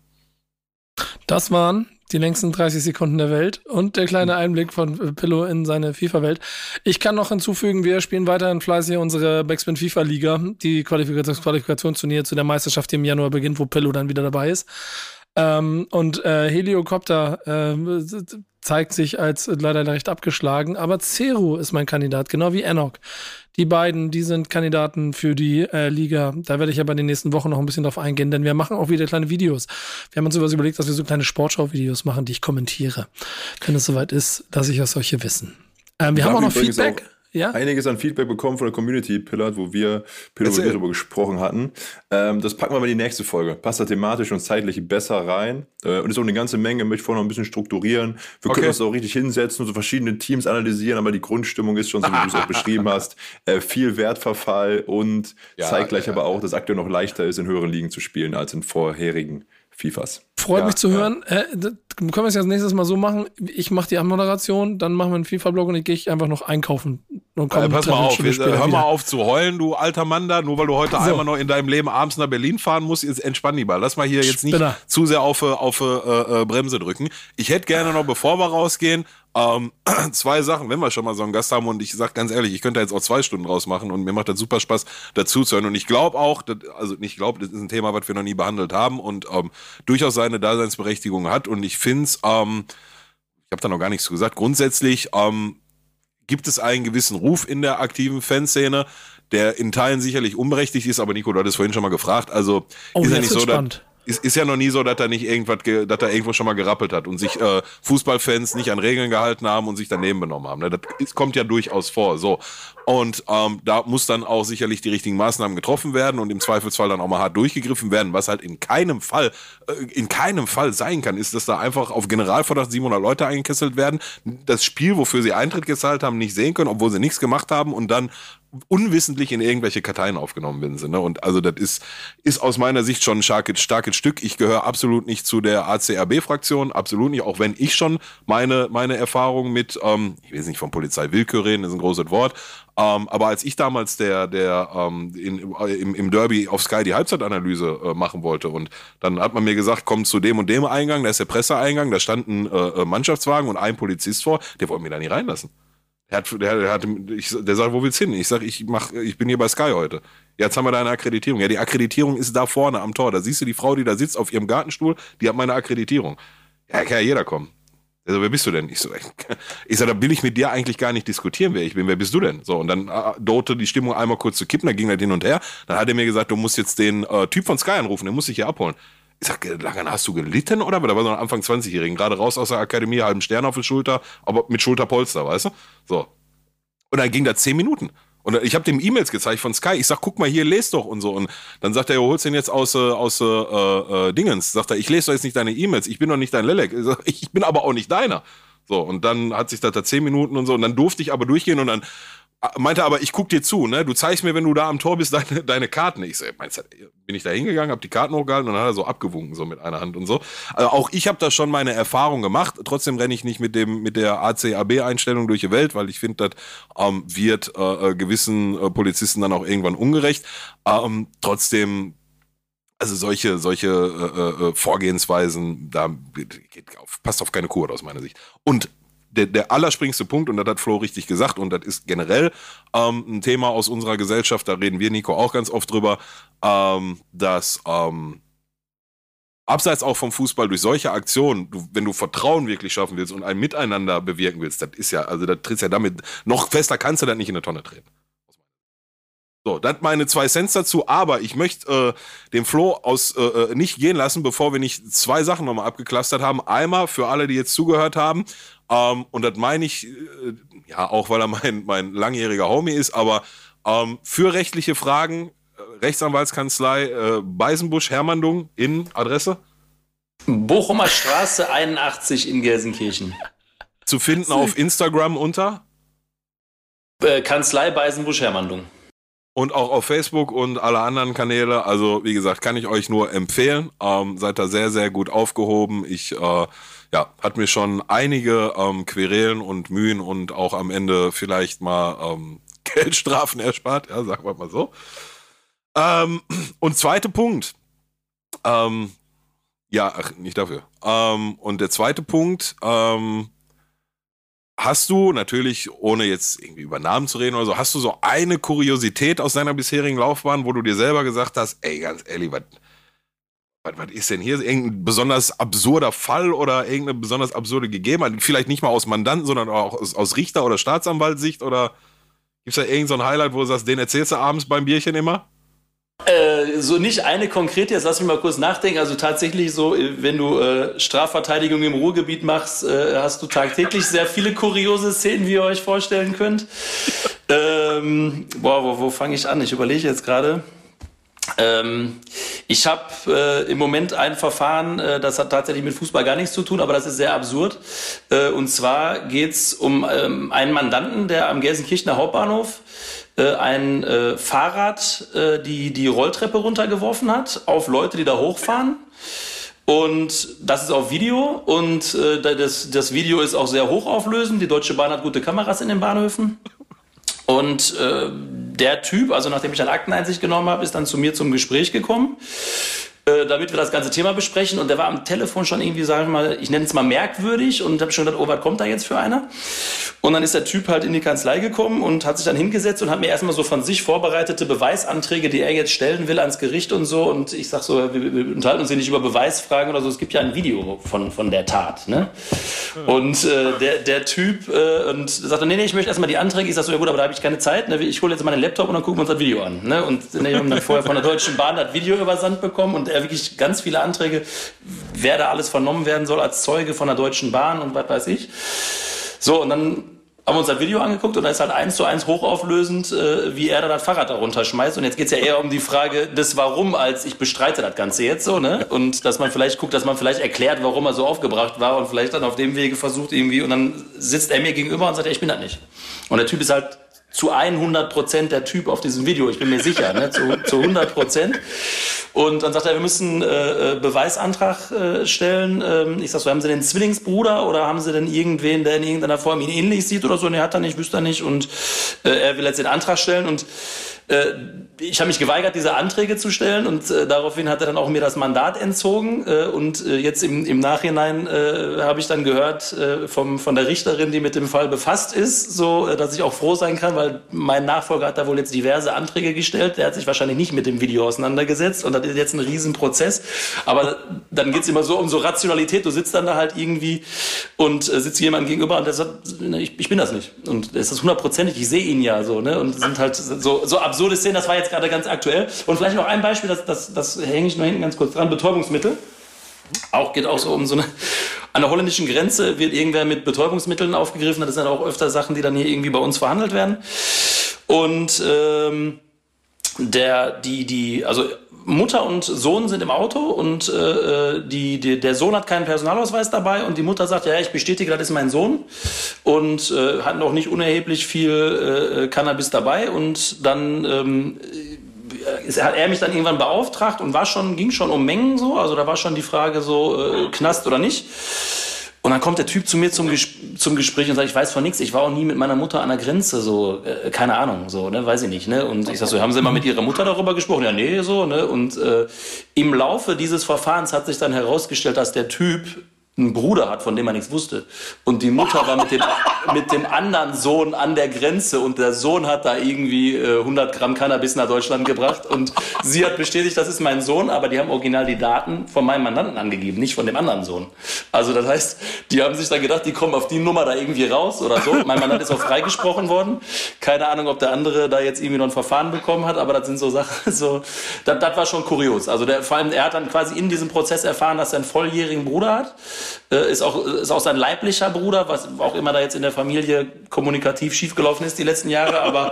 Das waren die längsten dreißig Sekunden der Welt und der kleine Einblick von Pillow in seine FIFA-Welt. Ich kann noch hinzufügen, wir spielen weiterhin fleißig unsere Backspin FIFA-Liga, die Qualifikations- Qualifikationsturnier zu der Meisterschaft, die im Januar beginnt, wo Pillow dann wieder dabei ist. Ähm, und äh, Heliocopter äh, zeigt sich als leider recht abgeschlagen, aber Zero ist mein Kandidat, genau wie Enoch. Die beiden, die sind Kandidaten für die äh, Liga. Da werde ich aber in den nächsten Wochen noch ein bisschen drauf eingehen, denn wir machen auch wieder kleine Videos. Wir haben uns sowas überlegt, dass wir so kleine Sportschau-Videos machen, die ich kommentiere. Wenn es soweit ist, lasse ich euch solche wissen. Ähm, wir, wir haben auch noch Feedback. Auch ja? einiges an Feedback bekommen von der Community, Pillard, wo wir, Pillard, wo wir darüber gesprochen hatten. Ähm, das packen wir mal in die nächste Folge. Passt da thematisch und zeitlich besser rein. Äh, und ist auch eine ganze Menge, möchte ich vorher noch ein bisschen strukturieren. Wir Okay. können uns auch richtig hinsetzen und so verschiedene Teams analysieren, aber die Grundstimmung ist schon so, wie du es auch beschrieben hast. Äh, viel Wertverfall und Ja, zeigt gleich ja, aber ja. auch, dass es aktuell noch leichter ist, in höheren Ligen zu spielen als in vorherigen FIFAs. Freut Ja, mich zu ja. hören. Äh, das können wir es jetzt nächstes Mal so machen. Ich mache die Anmoderation, dann machen wir einen FIFA-Blog und ich gehe einfach noch einkaufen. Und komm, Äh, pass mal eine auf, Stunde wir, später hör mal wieder. auf zu heulen, du alter Mann da, nur weil du heute So. einmal noch in deinem Leben abends nach Berlin fahren musst, jetzt entspann die mal. Lass mal hier jetzt nicht Spinner. zu sehr auf, auf äh, äh, Bremse drücken. Ich hätte gerne noch, bevor wir rausgehen, ähm, zwei Sachen, wenn wir schon mal so einen Gast haben und ich sag ganz ehrlich, ich könnte da jetzt auch zwei Stunden draus machen und mir macht das super Spaß, dazu zu hören und ich glaube auch, dass, also nicht glaube, das ist ein Thema, was wir noch nie behandelt haben und ähm, durchaus seine Daseinsberechtigung hat und ich finde es, ähm, ich habe da noch gar nichts gesagt, grundsätzlich ähm, gibt es einen gewissen Ruf in der aktiven Fanszene, der in Teilen sicherlich unberechtigt ist, aber Nico, du hattest vorhin schon mal gefragt, also Oh, ist ja jetzt nicht wird's so, dass, spannend. ist, ist ja noch nie so, dass da nicht irgendwas, ge, dass da irgendwo schon mal gerappelt hat und sich äh, Fußballfans nicht an Regeln gehalten haben und sich daneben benommen haben. Ne? Das ist, kommt ja durchaus vor. So. Und ähm, da muss dann auch sicherlich die richtigen Maßnahmen getroffen werden und im Zweifelsfall dann auch mal hart durchgegriffen werden. Was halt in keinem Fall, äh, in keinem Fall sein kann, ist, dass da einfach auf Generalverdacht siebenhundert Leute eingekesselt werden, das Spiel, wofür sie Eintritt gezahlt haben, nicht sehen können, obwohl sie nichts gemacht haben und dann unwissentlich in irgendwelche Karteien aufgenommen bin. Ne? Und also das ist, ist aus meiner Sicht schon ein starkes, starkes Stück. Ich gehöre absolut nicht zu der A C A B-Fraktion, absolut nicht, auch wenn ich schon meine, meine Erfahrung mit, ähm, ich will jetzt nicht von Polizeiwillkür reden, das ist ein großes Wort, ähm, aber als ich damals der, der ähm, in, im, im Derby auf Sky die Halbzeitanalyse äh, machen wollte und dann hat man mir gesagt, komm zu dem und dem Eingang, da ist der Presseeingang, da stand ein äh, Mannschaftswagen und ein Polizist vor, der wollte mir da nicht reinlassen. Der hat, der, der, hat, ich, der sagt, wo willst du hin? Ich sag, ich mach, ich bin hier bei Sky heute. Ja, jetzt haben wir da eine Akkreditierung. Ja, die Akkreditierung ist da vorne am Tor. Da siehst du die Frau, die da sitzt auf ihrem Gartenstuhl, die hat meine Akkreditierung. Ja, kann ja jeder kommen. Also, wer bist du denn? Ich so, ich sag, da will ich mit dir eigentlich gar nicht diskutieren, wer ich bin. Wer bist du denn? So, und dann äh, drohte die Stimmung einmal kurz zu kippen, dann ging das hin und her. Dann hat er mir gesagt, du musst jetzt den äh, Typ von Sky anrufen, den muss ich hier abholen. Ich sag, lange hast du gelitten, oder? Da war so ein Anfang zwanzigjährigen, gerade raus aus der Akademie, halben Stern auf der Schulter, aber mit Schulterpolster, weißt du? So. Und dann ging da zehn Minuten. Und ich habe dem E-Mails gezeigt von Sky. Ich sag, guck mal hier, lest doch und so. Und dann sagt er, ja, holst den jetzt aus, äh, aus äh, äh, Dingens. Sagt er, ich lese doch jetzt nicht deine E-Mails. Ich bin doch nicht dein Lelek. Ich, sag, ich bin aber auch nicht deiner. So, und dann hat sich das da zehn Minuten und so. Und dann durfte ich aber durchgehen und dann meinte aber, ich guck dir zu, ne? Du zeigst mir, wenn du da am Tor bist, deine, deine Karten. Ich sag, meinst du, bin ich da hingegangen, hab die Karten hochgehalten und dann hat er so abgewunken, so mit einer Hand und so. Also auch ich habe da schon meine Erfahrung gemacht. Trotzdem renne ich nicht mit dem mit der A C A B-Einstellung durch die Welt, weil ich finde, das ähm, wird äh, gewissen äh, Polizisten dann auch irgendwann ungerecht. Ähm, trotzdem, also solche solche äh, äh, Vorgehensweisen, da geht auf, passt auf keine Kur aus meiner Sicht. Und Der, der allerspringste Punkt, und das hat Flo richtig gesagt, und das ist generell ähm, ein Thema aus unserer Gesellschaft, da reden wir, Nico, auch ganz oft drüber, ähm, dass ähm, abseits auch vom Fußball durch solche Aktionen, du, wenn du Vertrauen wirklich schaffen willst und ein Miteinander bewirken willst, das ist ja, also das trittst ja damit, noch fester kannst du das nicht in eine Tonne treten. So, das meine zwei Cents dazu, aber ich möchte äh, den Flo aus äh, nicht gehen lassen, bevor wir nicht zwei Sachen nochmal abgeklustert haben. Einmal für alle, die jetzt zugehört haben, ähm, und das meine ich, äh, ja, auch weil er mein, mein langjähriger Homie ist, aber ähm, für rechtliche Fragen, äh, Rechtsanwaltskanzlei, äh, Beisenbusch, Hermandung, in Adresse? Bochumer Straße einundachtzig in Gelsenkirchen. Zu finden auf Instagram unter? Äh, Kanzlei Beisenbusch, Hermandung. Und auch auf Facebook und alle anderen Kanäle. Also wie gesagt, kann ich euch nur empfehlen. Ähm, seid da sehr, sehr gut aufgehoben. Ich, äh, ja, hat mir schon einige ähm, Querelen und Mühen und auch am Ende vielleicht mal ähm, Geldstrafen erspart. Ja, sagen wir mal so. Ähm, und zweiter Punkt. Ähm, ja, ach, nicht dafür. Ähm, und der zweite Punkt, ähm, hast du, natürlich, ohne jetzt irgendwie über Namen zu reden oder so, hast du so eine Kuriosität aus deiner bisherigen Laufbahn, wo du dir selber gesagt hast, ey, ganz ehrlich, was was ist denn hier? Irgendein besonders absurder Fall oder irgendeine besonders absurde Gegebenheit? Vielleicht nicht mal aus Mandanten, sondern auch aus, aus Richter- oder Staatsanwaltssicht? Oder gibt es da irgendein so ein Highlight, wo du sagst, den erzählst du abends beim Bierchen immer? Äh, so nicht eine konkrete, jetzt lass mich mal kurz nachdenken. Also tatsächlich so, wenn du äh, Strafverteidigung im Ruhrgebiet machst, äh, hast du tagtäglich sehr viele kuriose Szenen, wie ihr euch vorstellen könnt. ähm, boah, wo, wo fange ich an? Ich überlege jetzt gerade. Ähm, ich habe äh, im Moment ein Verfahren, äh, das hat tatsächlich mit Fußball gar nichts zu tun, aber das ist sehr absurd. Äh, und zwar geht es um ähm, einen Mandanten, der am Gelsenkirchener Hauptbahnhof äh, ein äh, Fahrrad äh, die, die Rolltreppe runtergeworfen hat auf Leute, die da hochfahren. Und das ist auf Video und äh, das, das Video ist auch sehr hochauflösend. Die Deutsche Bahn hat gute Kameras in den Bahnhöfen. Und äh, der Typ, also nachdem ich dann Akteneinsicht genommen habe, ist dann zu mir zum Gespräch gekommen, äh, damit wir das ganze Thema besprechen. Und der war am Telefon schon irgendwie, sagen wir mal, ich nenne es mal merkwürdig und habe schon gedacht, oh, was kommt da jetzt für einer? Und dann ist der Typ halt in die Kanzlei gekommen und hat sich dann hingesetzt und hat mir erstmal so von sich vorbereitete Beweisanträge, die er jetzt stellen will ans Gericht und so. Und ich sag so, wir, wir unterhalten uns hier nicht über Beweisfragen oder so. Es gibt ja ein Video von, von der Tat, ne? Und äh, der, der Typ äh, und sagt, nee, nee, ich möchte erstmal die Anträge. Ich sag so, ja gut, aber da habe ich keine Zeit. Ne? Ich hole jetzt mal den Laptop und dann gucken wir uns das Video an. Ne? Und ne, wir haben dann vorher von der Deutschen Bahn das Video übersandt bekommen und er wirklich ganz viele Anträge, wer da alles vernommen werden soll als Zeuge von der Deutschen Bahn und was weiß ich. So, und dann haben wir uns das Video angeguckt und da ist halt eins zu eins hochauflösend, äh, wie er da das Fahrrad da runterschmeißt. Und jetzt geht es ja eher um die Frage des Warum, als ich bestreite das Ganze jetzt so, ne? Und dass man vielleicht guckt, dass man vielleicht erklärt, warum er so aufgebracht war und vielleicht dann auf dem Wege versucht irgendwie. Und dann sitzt er mir gegenüber und sagt, ja, ich bin das nicht. Und der Typ ist halt zu hundert Prozent der Typ auf diesem Video, ich bin mir sicher, ne, zu, zu hundert Prozent. Und dann sagt er, wir müssen äh, Beweisantrag äh, stellen. Ähm, ich sag so, haben Sie denn einen Zwillingsbruder oder haben Sie denn irgendwen, der in irgendeiner Form ihn ähnlich sieht oder so? Ne, hat er nicht, wüsste er nicht. Und äh, er will jetzt den Antrag stellen und äh, ich habe mich geweigert, diese Anträge zu stellen und äh, daraufhin hat er dann auch mir das Mandat entzogen äh, und äh, jetzt im, im Nachhinein äh, habe ich dann gehört äh, vom, von der Richterin, die mit dem Fall befasst ist, so, äh, dass ich auch froh sein kann, weil mein Nachfolger hat da wohl jetzt diverse Anträge gestellt, der hat sich wahrscheinlich nicht mit dem Video auseinandergesetzt und das ist jetzt ein Riesenprozess, aber dann geht's immer so um so Rationalität, du sitzt dann da halt irgendwie und äh, sitzt jemandem gegenüber und der sagt, ich, ich bin das nicht und es ist hundertprozentig, ich sehe ihn ja so, ne, und sind halt so, so absurde Szenen, das war jetzt gerade ganz aktuell. Und vielleicht noch ein Beispiel, das, das, das hänge ich noch hinten ganz kurz dran, Betäubungsmittel. Auch geht auch so um so eine, an der holländischen Grenze wird irgendwer mit Betäubungsmitteln aufgegriffen, das sind auch öfter Sachen, die dann hier irgendwie bei uns verhandelt werden. Und ähm, der, die, die, also Mutter und Sohn sind im Auto und äh, die, die, der Sohn hat keinen Personalausweis dabei und die Mutter sagt, ja, ich bestätige, das ist mein Sohn und äh, hat noch nicht unerheblich viel äh, Cannabis dabei und dann ähm, ist, hat er mich dann irgendwann beauftragt und war schon, ging schon um Mengen so, also da war schon die Frage so, äh, Knast oder nicht. Und dann kommt der Typ zu mir zum, Ges- zum Gespräch und sagt, ich weiß von nichts, ich war auch nie mit meiner Mutter an der Grenze, so, äh, keine Ahnung, so, ne, weiß ich nicht, ne, und ich sag so, haben Sie mal mit Ihrer Mutter darüber gesprochen? Ja, nee, so, ne, und äh, im Laufe dieses Verfahrens hat sich dann herausgestellt, dass der Typ einen Bruder hat, von dem man nichts wusste. Und die Mutter war mit dem, mit dem anderen Sohn an der Grenze und der Sohn hat da irgendwie äh, hundert Gramm Cannabis nach Deutschland gebracht und sie hat bestätigt, das ist mein Sohn, aber die haben original die Daten von meinem Mandanten angegeben, nicht von dem anderen Sohn. Also das heißt, die haben sich dann gedacht, die kommen auf die Nummer da irgendwie raus oder so. Mein Mandant ist auch freigesprochen worden. Keine Ahnung, ob der andere da jetzt irgendwie noch ein Verfahren bekommen hat, aber das sind so Sachen, so, das, das war schon kurios. Also der, vor allem, er hat dann quasi in diesem Prozess erfahren, dass er einen volljährigen Bruder hat. Ist auch, ist auch sein leiblicher Bruder, was auch immer da jetzt in der Familie kommunikativ schiefgelaufen ist die letzten Jahre, aber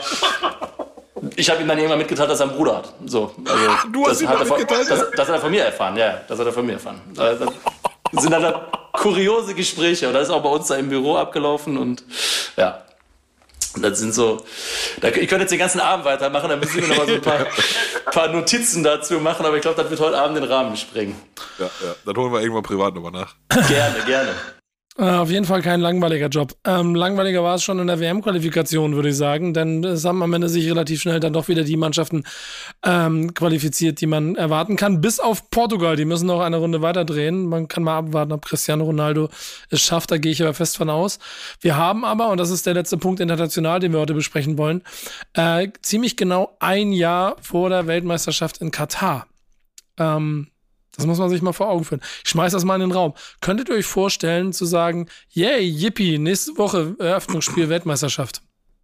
ich habe ihm dann irgendwann mitgeteilt, dass er einen Bruder hat. So, also, du hast ihm das, hat er von, mitgeteilt? das, das hat er von mir erfahren, ja, das hat er von mir erfahren. Das sind dann kuriose Gespräche und das ist auch bei uns da im Büro abgelaufen und ja. Das sind so, da, ich könnte jetzt den ganzen Abend weitermachen, dann müssen wir noch mal so ein paar, paar Notizen dazu machen, aber ich glaube, das wird heute Abend den Rahmen sprengen. Ja, ja, dann holen wir irgendwann privat nochmal nach. Gerne, gerne. Äh, auf jeden Fall kein langweiliger Job. Ähm, langweiliger war es schon in der W M-Qualifikation, würde ich sagen, denn es haben am Ende sich relativ schnell dann doch wieder die Mannschaften ähm, qualifiziert, die man erwarten kann, bis auf Portugal. Die müssen noch eine Runde weiter drehen. Man kann mal abwarten, ob Cristiano Ronaldo es schafft, da gehe ich aber fest von aus. Wir haben aber, und das ist der letzte Punkt international, den wir heute besprechen wollen, äh, ziemlich genau ein Jahr vor der Weltmeisterschaft in Katar. Ähm, Das muss man sich mal vor Augen führen. Ich schmeiß das mal in den Raum. Könntet ihr euch vorstellen, zu sagen, yay, yippie, nächste Woche Eröffnungsspiel Weltmeisterschaft?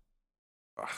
Ach.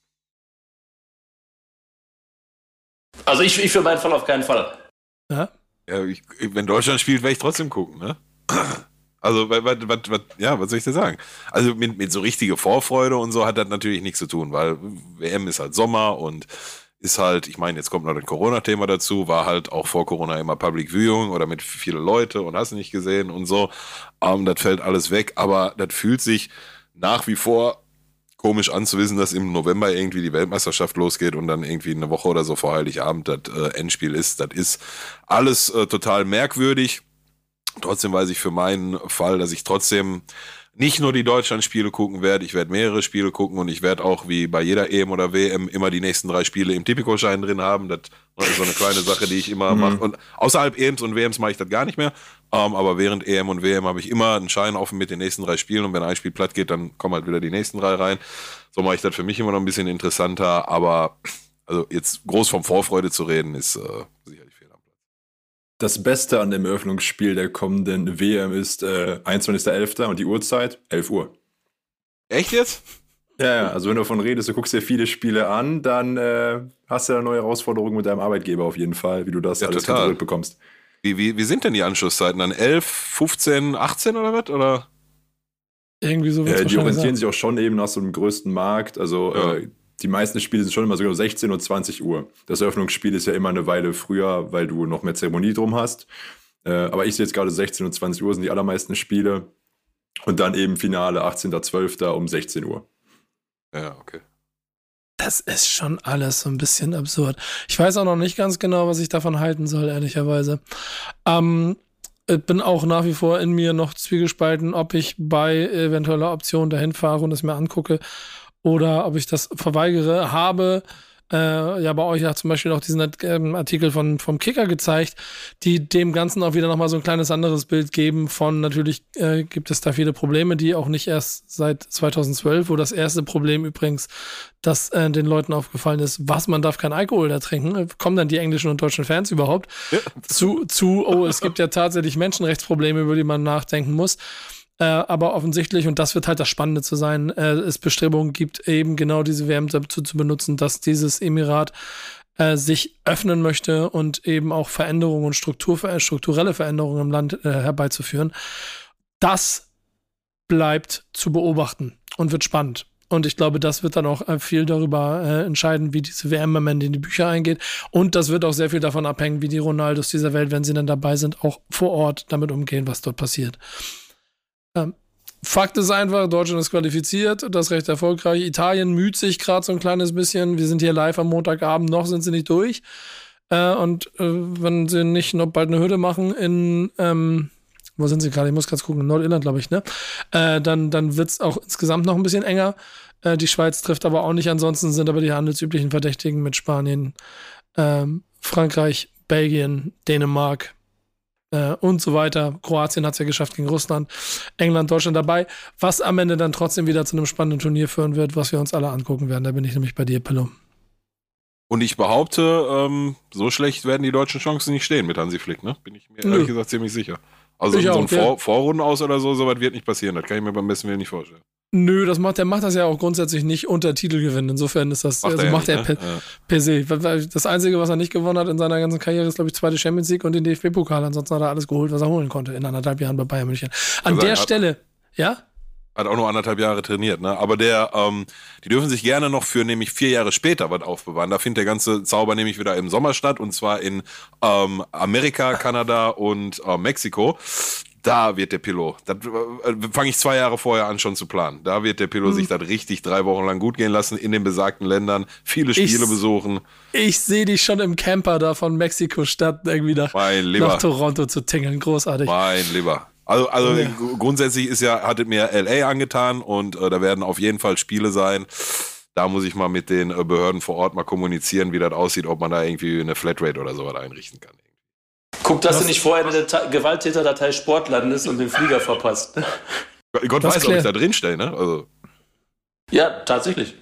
Also ich, ich für meinen Fall auf keinen Fall. Ja? Ja, ich, wenn Deutschland spielt, werde ich trotzdem gucken, ne? Also, was, was, was, ja, was soll ich dir sagen? Also, mit, mit so richtige Vorfreude und so hat das natürlich nichts zu tun, weil W M ist halt Sommer und ist halt, ich meine, jetzt kommt noch das Corona-Thema dazu, war halt auch vor Corona immer Public Viewing oder mit viele Leute und hast nicht gesehen und so. Ähm, das fällt alles weg, aber das fühlt sich nach wie vor komisch an zu wissen, dass im November irgendwie die Weltmeisterschaft losgeht und dann irgendwie eine Woche oder so vor Heiligabend das äh, Endspiel ist. Das ist alles äh, total merkwürdig. Trotzdem weiß ich für meinen Fall, dass ich trotzdem nicht nur die Deutschland-Spiele gucken werde, ich werde mehrere Spiele gucken und ich werde auch wie bei jeder E M oder W M immer die nächsten drei Spiele im Tipico-Schein drin haben. Das ist so eine kleine Sache, die ich immer mhm. mache. Und außerhalb E Ms und W Ms mache ich das gar nicht mehr. Um, aber während E M und W M habe ich immer einen Schein offen mit den nächsten drei Spielen und wenn ein Spiel platt geht, dann kommen halt wieder die nächsten drei rein. So mache ich das für mich immer noch ein bisschen interessanter. Aber also jetzt groß vom Vorfreude zu reden, ist äh, sicherlich fehl am Platz. Das Beste an dem Eröffnungsspiel der kommenden W M ist äh, einundzwanzigster elfter und die Uhrzeit elf Uhr. Echt jetzt? Ja, ja, also wenn du davon redest, du guckst dir viele Spiele an, dann äh, hast du eine neue Herausforderung mit deinem Arbeitgeber auf jeden Fall, wie du das ja, alles total kontrolliert bekommst. Wie, wie, wie sind denn die Anschlusszeiten dann? elf, fünfzehn, achtzehn oder was? Oder? Irgendwie so wird's äh, Die orientieren sein. sich auch schon eben nach so einem größten Markt, also ja. äh, die meisten Spiele sind schon immer so sechzehn und zwanzig Uhr. Das Eröffnungsspiel ist ja immer eine Weile früher, weil du noch mehr Zeremonie drum hast. Äh, aber ich sehe jetzt gerade sechzehn und zwanzig Uhr sind die allermeisten Spiele. Und dann eben Finale achtzehnter zwölfter um sechzehn Uhr. Ja, okay. es ist schon alles so ein bisschen absurd. Ich weiß auch noch nicht ganz genau, was ich davon halten soll, ehrlicherweise. Ähm, ich bin auch nach wie vor in mir noch zwiegespalten, ob ich bei eventueller Option dahin fahre und es mir angucke oder ob ich das verweigere. Habe Äh, ja, bei euch hat zum Beispiel auch diesen ähm, Artikel von, vom Kicker gezeigt, die dem Ganzen auch wieder nochmal so ein kleines anderes Bild geben von, natürlich äh, gibt es da viele Probleme, die auch nicht erst seit zweitausendzwölf, wo das erste Problem übrigens, dass äh, den Leuten aufgefallen ist, was, man darf kein Alkohol da trinken, kommen dann die englischen und deutschen Fans überhaupt ja. zu, zu, oh, es gibt ja tatsächlich Menschenrechtsprobleme, über die man nachdenken muss. Äh, aber offensichtlich, und das wird halt das Spannende zu sein, äh, es Bestrebungen gibt, eben genau diese W M dazu zu benutzen, dass dieses Emirat äh, sich öffnen möchte und eben auch Veränderungen und Struktur, äh, strukturelle Veränderungen im Land äh, herbeizuführen. Das bleibt zu beobachten und wird spannend. Und ich glaube, das wird dann auch äh, viel darüber äh, entscheiden, wie diese W M am Ende in die Bücher eingeht. Und das wird auch sehr viel davon abhängen, wie die Ronaldos dieser Welt, wenn sie dann dabei sind, auch vor Ort damit umgehen, was dort passiert. Fakt ist einfach, Deutschland ist qualifiziert, das recht erfolgreich. Italien müht sich gerade so ein kleines bisschen. Wir sind hier live am Montagabend, noch sind sie nicht durch. Äh, und äh, wenn sie nicht noch bald eine Hürde machen in, ähm, wo sind sie gerade? Ich muss ganz gucken, in Nordirland, glaube ich, ne? Äh, dann dann wird es auch insgesamt noch ein bisschen enger. Äh, die Schweiz trifft aber auch nicht. Ansonsten sind aber die handelsüblichen Verdächtigen mit Spanien, ähm, Frankreich, Belgien, Dänemark, und so weiter. Kroatien hat es ja geschafft gegen Russland, England, Deutschland dabei, was am Ende dann trotzdem wieder zu einem spannenden Turnier führen wird, was wir uns alle angucken werden. Da bin ich nämlich bei dir, Pillow. Und ich behaupte, ähm, so schlecht werden die deutschen Chancen nicht stehen mit Hansi Flick, ne? Bin ich mir ehrlich gesagt ziemlich sicher. Also ich so auch, ein Vor- ja. Vorrunden aus oder so, soweit wird nicht passieren. Das kann ich mir beim besten Willen nicht vorstellen. Nö, das macht, der macht das ja auch grundsätzlich nicht unter Titelgewinn. Insofern ist das, Macht also er macht ja er nicht, per, ne? Ja. per se. Das Einzige, was er nicht gewonnen hat in seiner ganzen Karriere, ist, glaube ich, zweite Champions League und den D F B-Pokal. Ansonsten hat er alles geholt, was er holen konnte in anderthalb Jahren bei Bayern München. An Also der er hat- Stelle, ja? Hat auch nur anderthalb Jahre trainiert, ne? Aber der, ähm, die dürfen sich gerne noch für nämlich vier Jahre später was aufbewahren. Da findet der ganze Zauber nämlich wieder im Sommer statt, und zwar in ähm, Amerika, Kanada und äh, Mexiko. Da wird der Pillow, das äh, fange ich zwei Jahre vorher an schon zu planen. Da wird der Pillow Hm. sich das richtig drei Wochen lang gut gehen lassen, in den besagten Ländern, viele Spiele Ich- besuchen. Ich sehe dich schon im Camper da von Mexiko-Stadt irgendwie nach, Mein Lieber. nach Toronto zu tingeln. Großartig. Mein Lieber. Also, also Ja. gr- grundsätzlich ist ja, hat es mir L A angetan, und äh, da werden auf jeden Fall Spiele sein. Da muss ich mal mit den äh, Behörden vor Ort mal kommunizieren, wie das aussieht, ob man da irgendwie eine Flatrate oder sowas einrichten kann. Guck, dass du nicht vorher in der Datei- Gewalttäterdatei Sport landest und den Flieger verpasst. Gott Das weiß, ob ich klär- da drin stelle, ne? Also Ja, tatsächlich.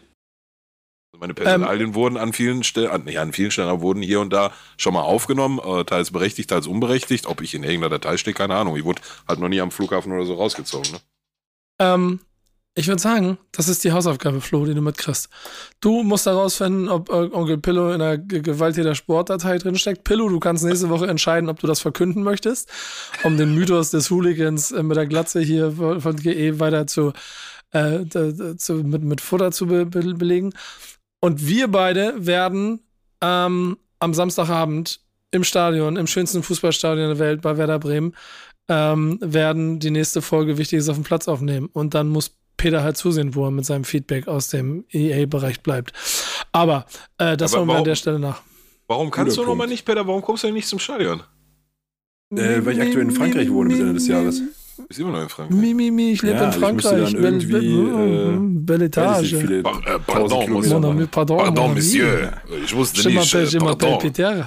meine Personalien wurden an vielen Stellen, an, ja, an vielen Stellen aber wurden hier und da schon mal aufgenommen, äh, teils berechtigt, teils unberechtigt. Ob ich in irgendeiner Datei stehe, keine Ahnung. Ich wurde halt noch nie am Flughafen oder so rausgezogen, ne? Ähm, ich würde sagen, das ist die Hausaufgabe, Flo, die du mitkriegst. Du musst herausfinden, ob äh, Onkel Pillow in einer Ge- Gewalttäter-Sportdatei drinsteckt. Pillow, du kannst nächste Woche entscheiden, ob du das verkünden möchtest, um den Mythos des Hooligans äh, mit der Glatze hier von, von G E weiter zu, äh, d- d- zu mit, mit Futter zu be be belegen. Und wir beide werden ähm, am Samstagabend im Stadion, im schönsten Fußballstadion der Welt bei Werder Bremen, ähm, werden die nächste Folge Wichtiges auf dem Platz aufnehmen. Und dann muss Peter halt zusehen, wo er mit seinem Feedback aus dem E A-Bereich bleibt. Aber äh, das Aber holen wir an warum- der Stelle nach. Warum kannst Guter du nochmal Punkt. nicht, Peter? Warum kommst du denn nicht zum Stadion? Äh, weil ich aktuell in Frankreich wohne bis Ende des Jahres. Ist immer noch in Frankreich. Mi, mi, mi, ich lebe Ja, in also ich müsste Frankreich. dann irgendwie, äh, Belle Weiß ich Etage. nicht, viele Ach, äh, tausend pardon, Kilometer Mon Monsieur. ami, machen. pardon, Pardon, mon ami. Monsieur. Ich wusste Je nicht. m'appelle, äh, je m'appelle Pardon. Peter.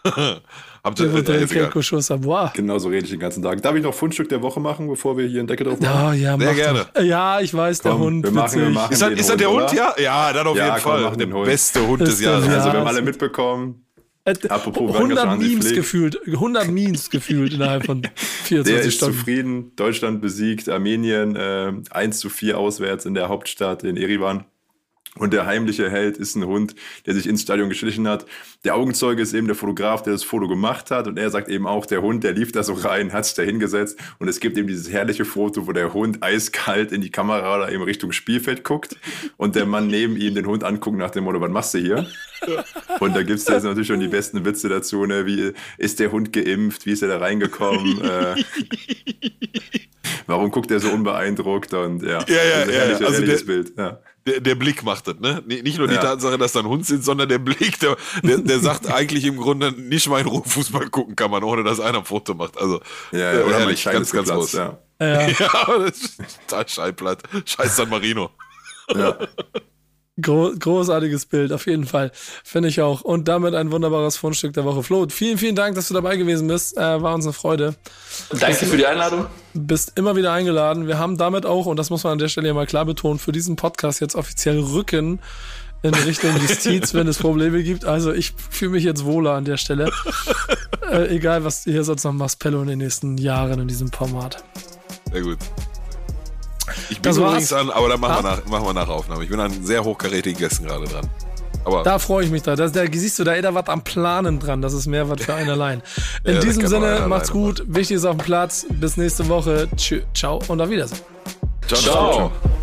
Habt Je ihr, äh, voudrais ist egal. quelque chose savoir. Genau so rede ich den ganzen Tag. Darf ich noch Fundstück der Woche machen, bevor wir hier einen Deckel drauf machen? Ja, ja, Sehr mach gerne. doch. Ja, ich weiß, der Komm, Hund. wir machen- wir witzig. machen- Ist das, den ist das der Hund, Hund, oder? ja? Ja, dann auf Ja, jeden komm, Fall. machen Der den Hund. beste Hund Ist des der- Jahres. ja. Also wir haben das- alle mitbekommen, Äh, Apropos hundert Hansi Memes Flick. gefühlt, hundert Memes gefühlt innerhalb von der vierundzwanzig ist Stunden. zufrieden. Deutschland besiegt Armenien äh, eins zu vier auswärts in der Hauptstadt in Erivan. Und der heimliche Held ist ein Hund, der sich ins Stadion geschlichen hat. Der Augenzeuge ist eben der Fotograf, der das Foto gemacht hat. Und er sagt eben auch, der Hund, der lief da so rein, hat sich da hingesetzt. Und es gibt eben dieses herrliche Foto, wo der Hund eiskalt in die Kamera oder eben Richtung Spielfeld guckt. Und der Mann neben ihm den Hund anguckt nach dem Motto, was machst du hier? Und da gibt es jetzt natürlich schon die besten Witze dazu. Ne? Wie ist der Hund geimpft? Wie ist er da reingekommen? äh, warum guckt er so unbeeindruckt? Und ja, Ja, ja, also ja, herrliche, also herrliches der- Bild. Ja. Der, der Blick macht das, ne? Nicht nur die Ja. Tatsache, dass da ein Hund sitzt, sondern der Blick, der, der, der sagt eigentlich im Grunde, nicht mal in Ruhe Fußball gucken kann man, ohne dass einer ein Foto macht. Also, Ja, ja, äh, oder herrlich, mein ganz, ganz geplatzt, groß. ja. Ja. Ja, aber das ist total schallplatt. Scheiß San Marino. Ja. Gro großartiges Bild, auf jeden Fall. Finde ich auch. Und damit ein wunderbares Fundstück der Woche. Flo, vielen, vielen Dank, dass du dabei gewesen bist. Äh, war uns eine Freude. Danke für die Einladung. Bist immer wieder eingeladen. Wir haben damit auch, und das muss man an der Stelle ja mal klar betonen, für diesen Podcast jetzt offiziell Rücken in Richtung Justiz, wenn es Probleme gibt. Also ich fühle mich jetzt wohler an der Stelle. äh, egal, was du hier sonst noch machst, Pello, in den nächsten Jahren in diesem Format. Sehr gut. Ich bin Das war's. übrigens an, aber da machen, Ja. wir nach, machen wir nach Aufnahme. Ich bin an sehr hochkarätigen Gästen gerade dran. Aber Da freue ich mich da. Da, da siehst du, da ist da was am Planen dran. Das ist mehr was für einen allein. In Ja, das diesem kann man Sinne, alleine macht's gut. Wichtig ist auf dem Platz. Bis nächste Woche. Tschö, ciao und auf Wiedersehen. ciao. Ciao. ciao.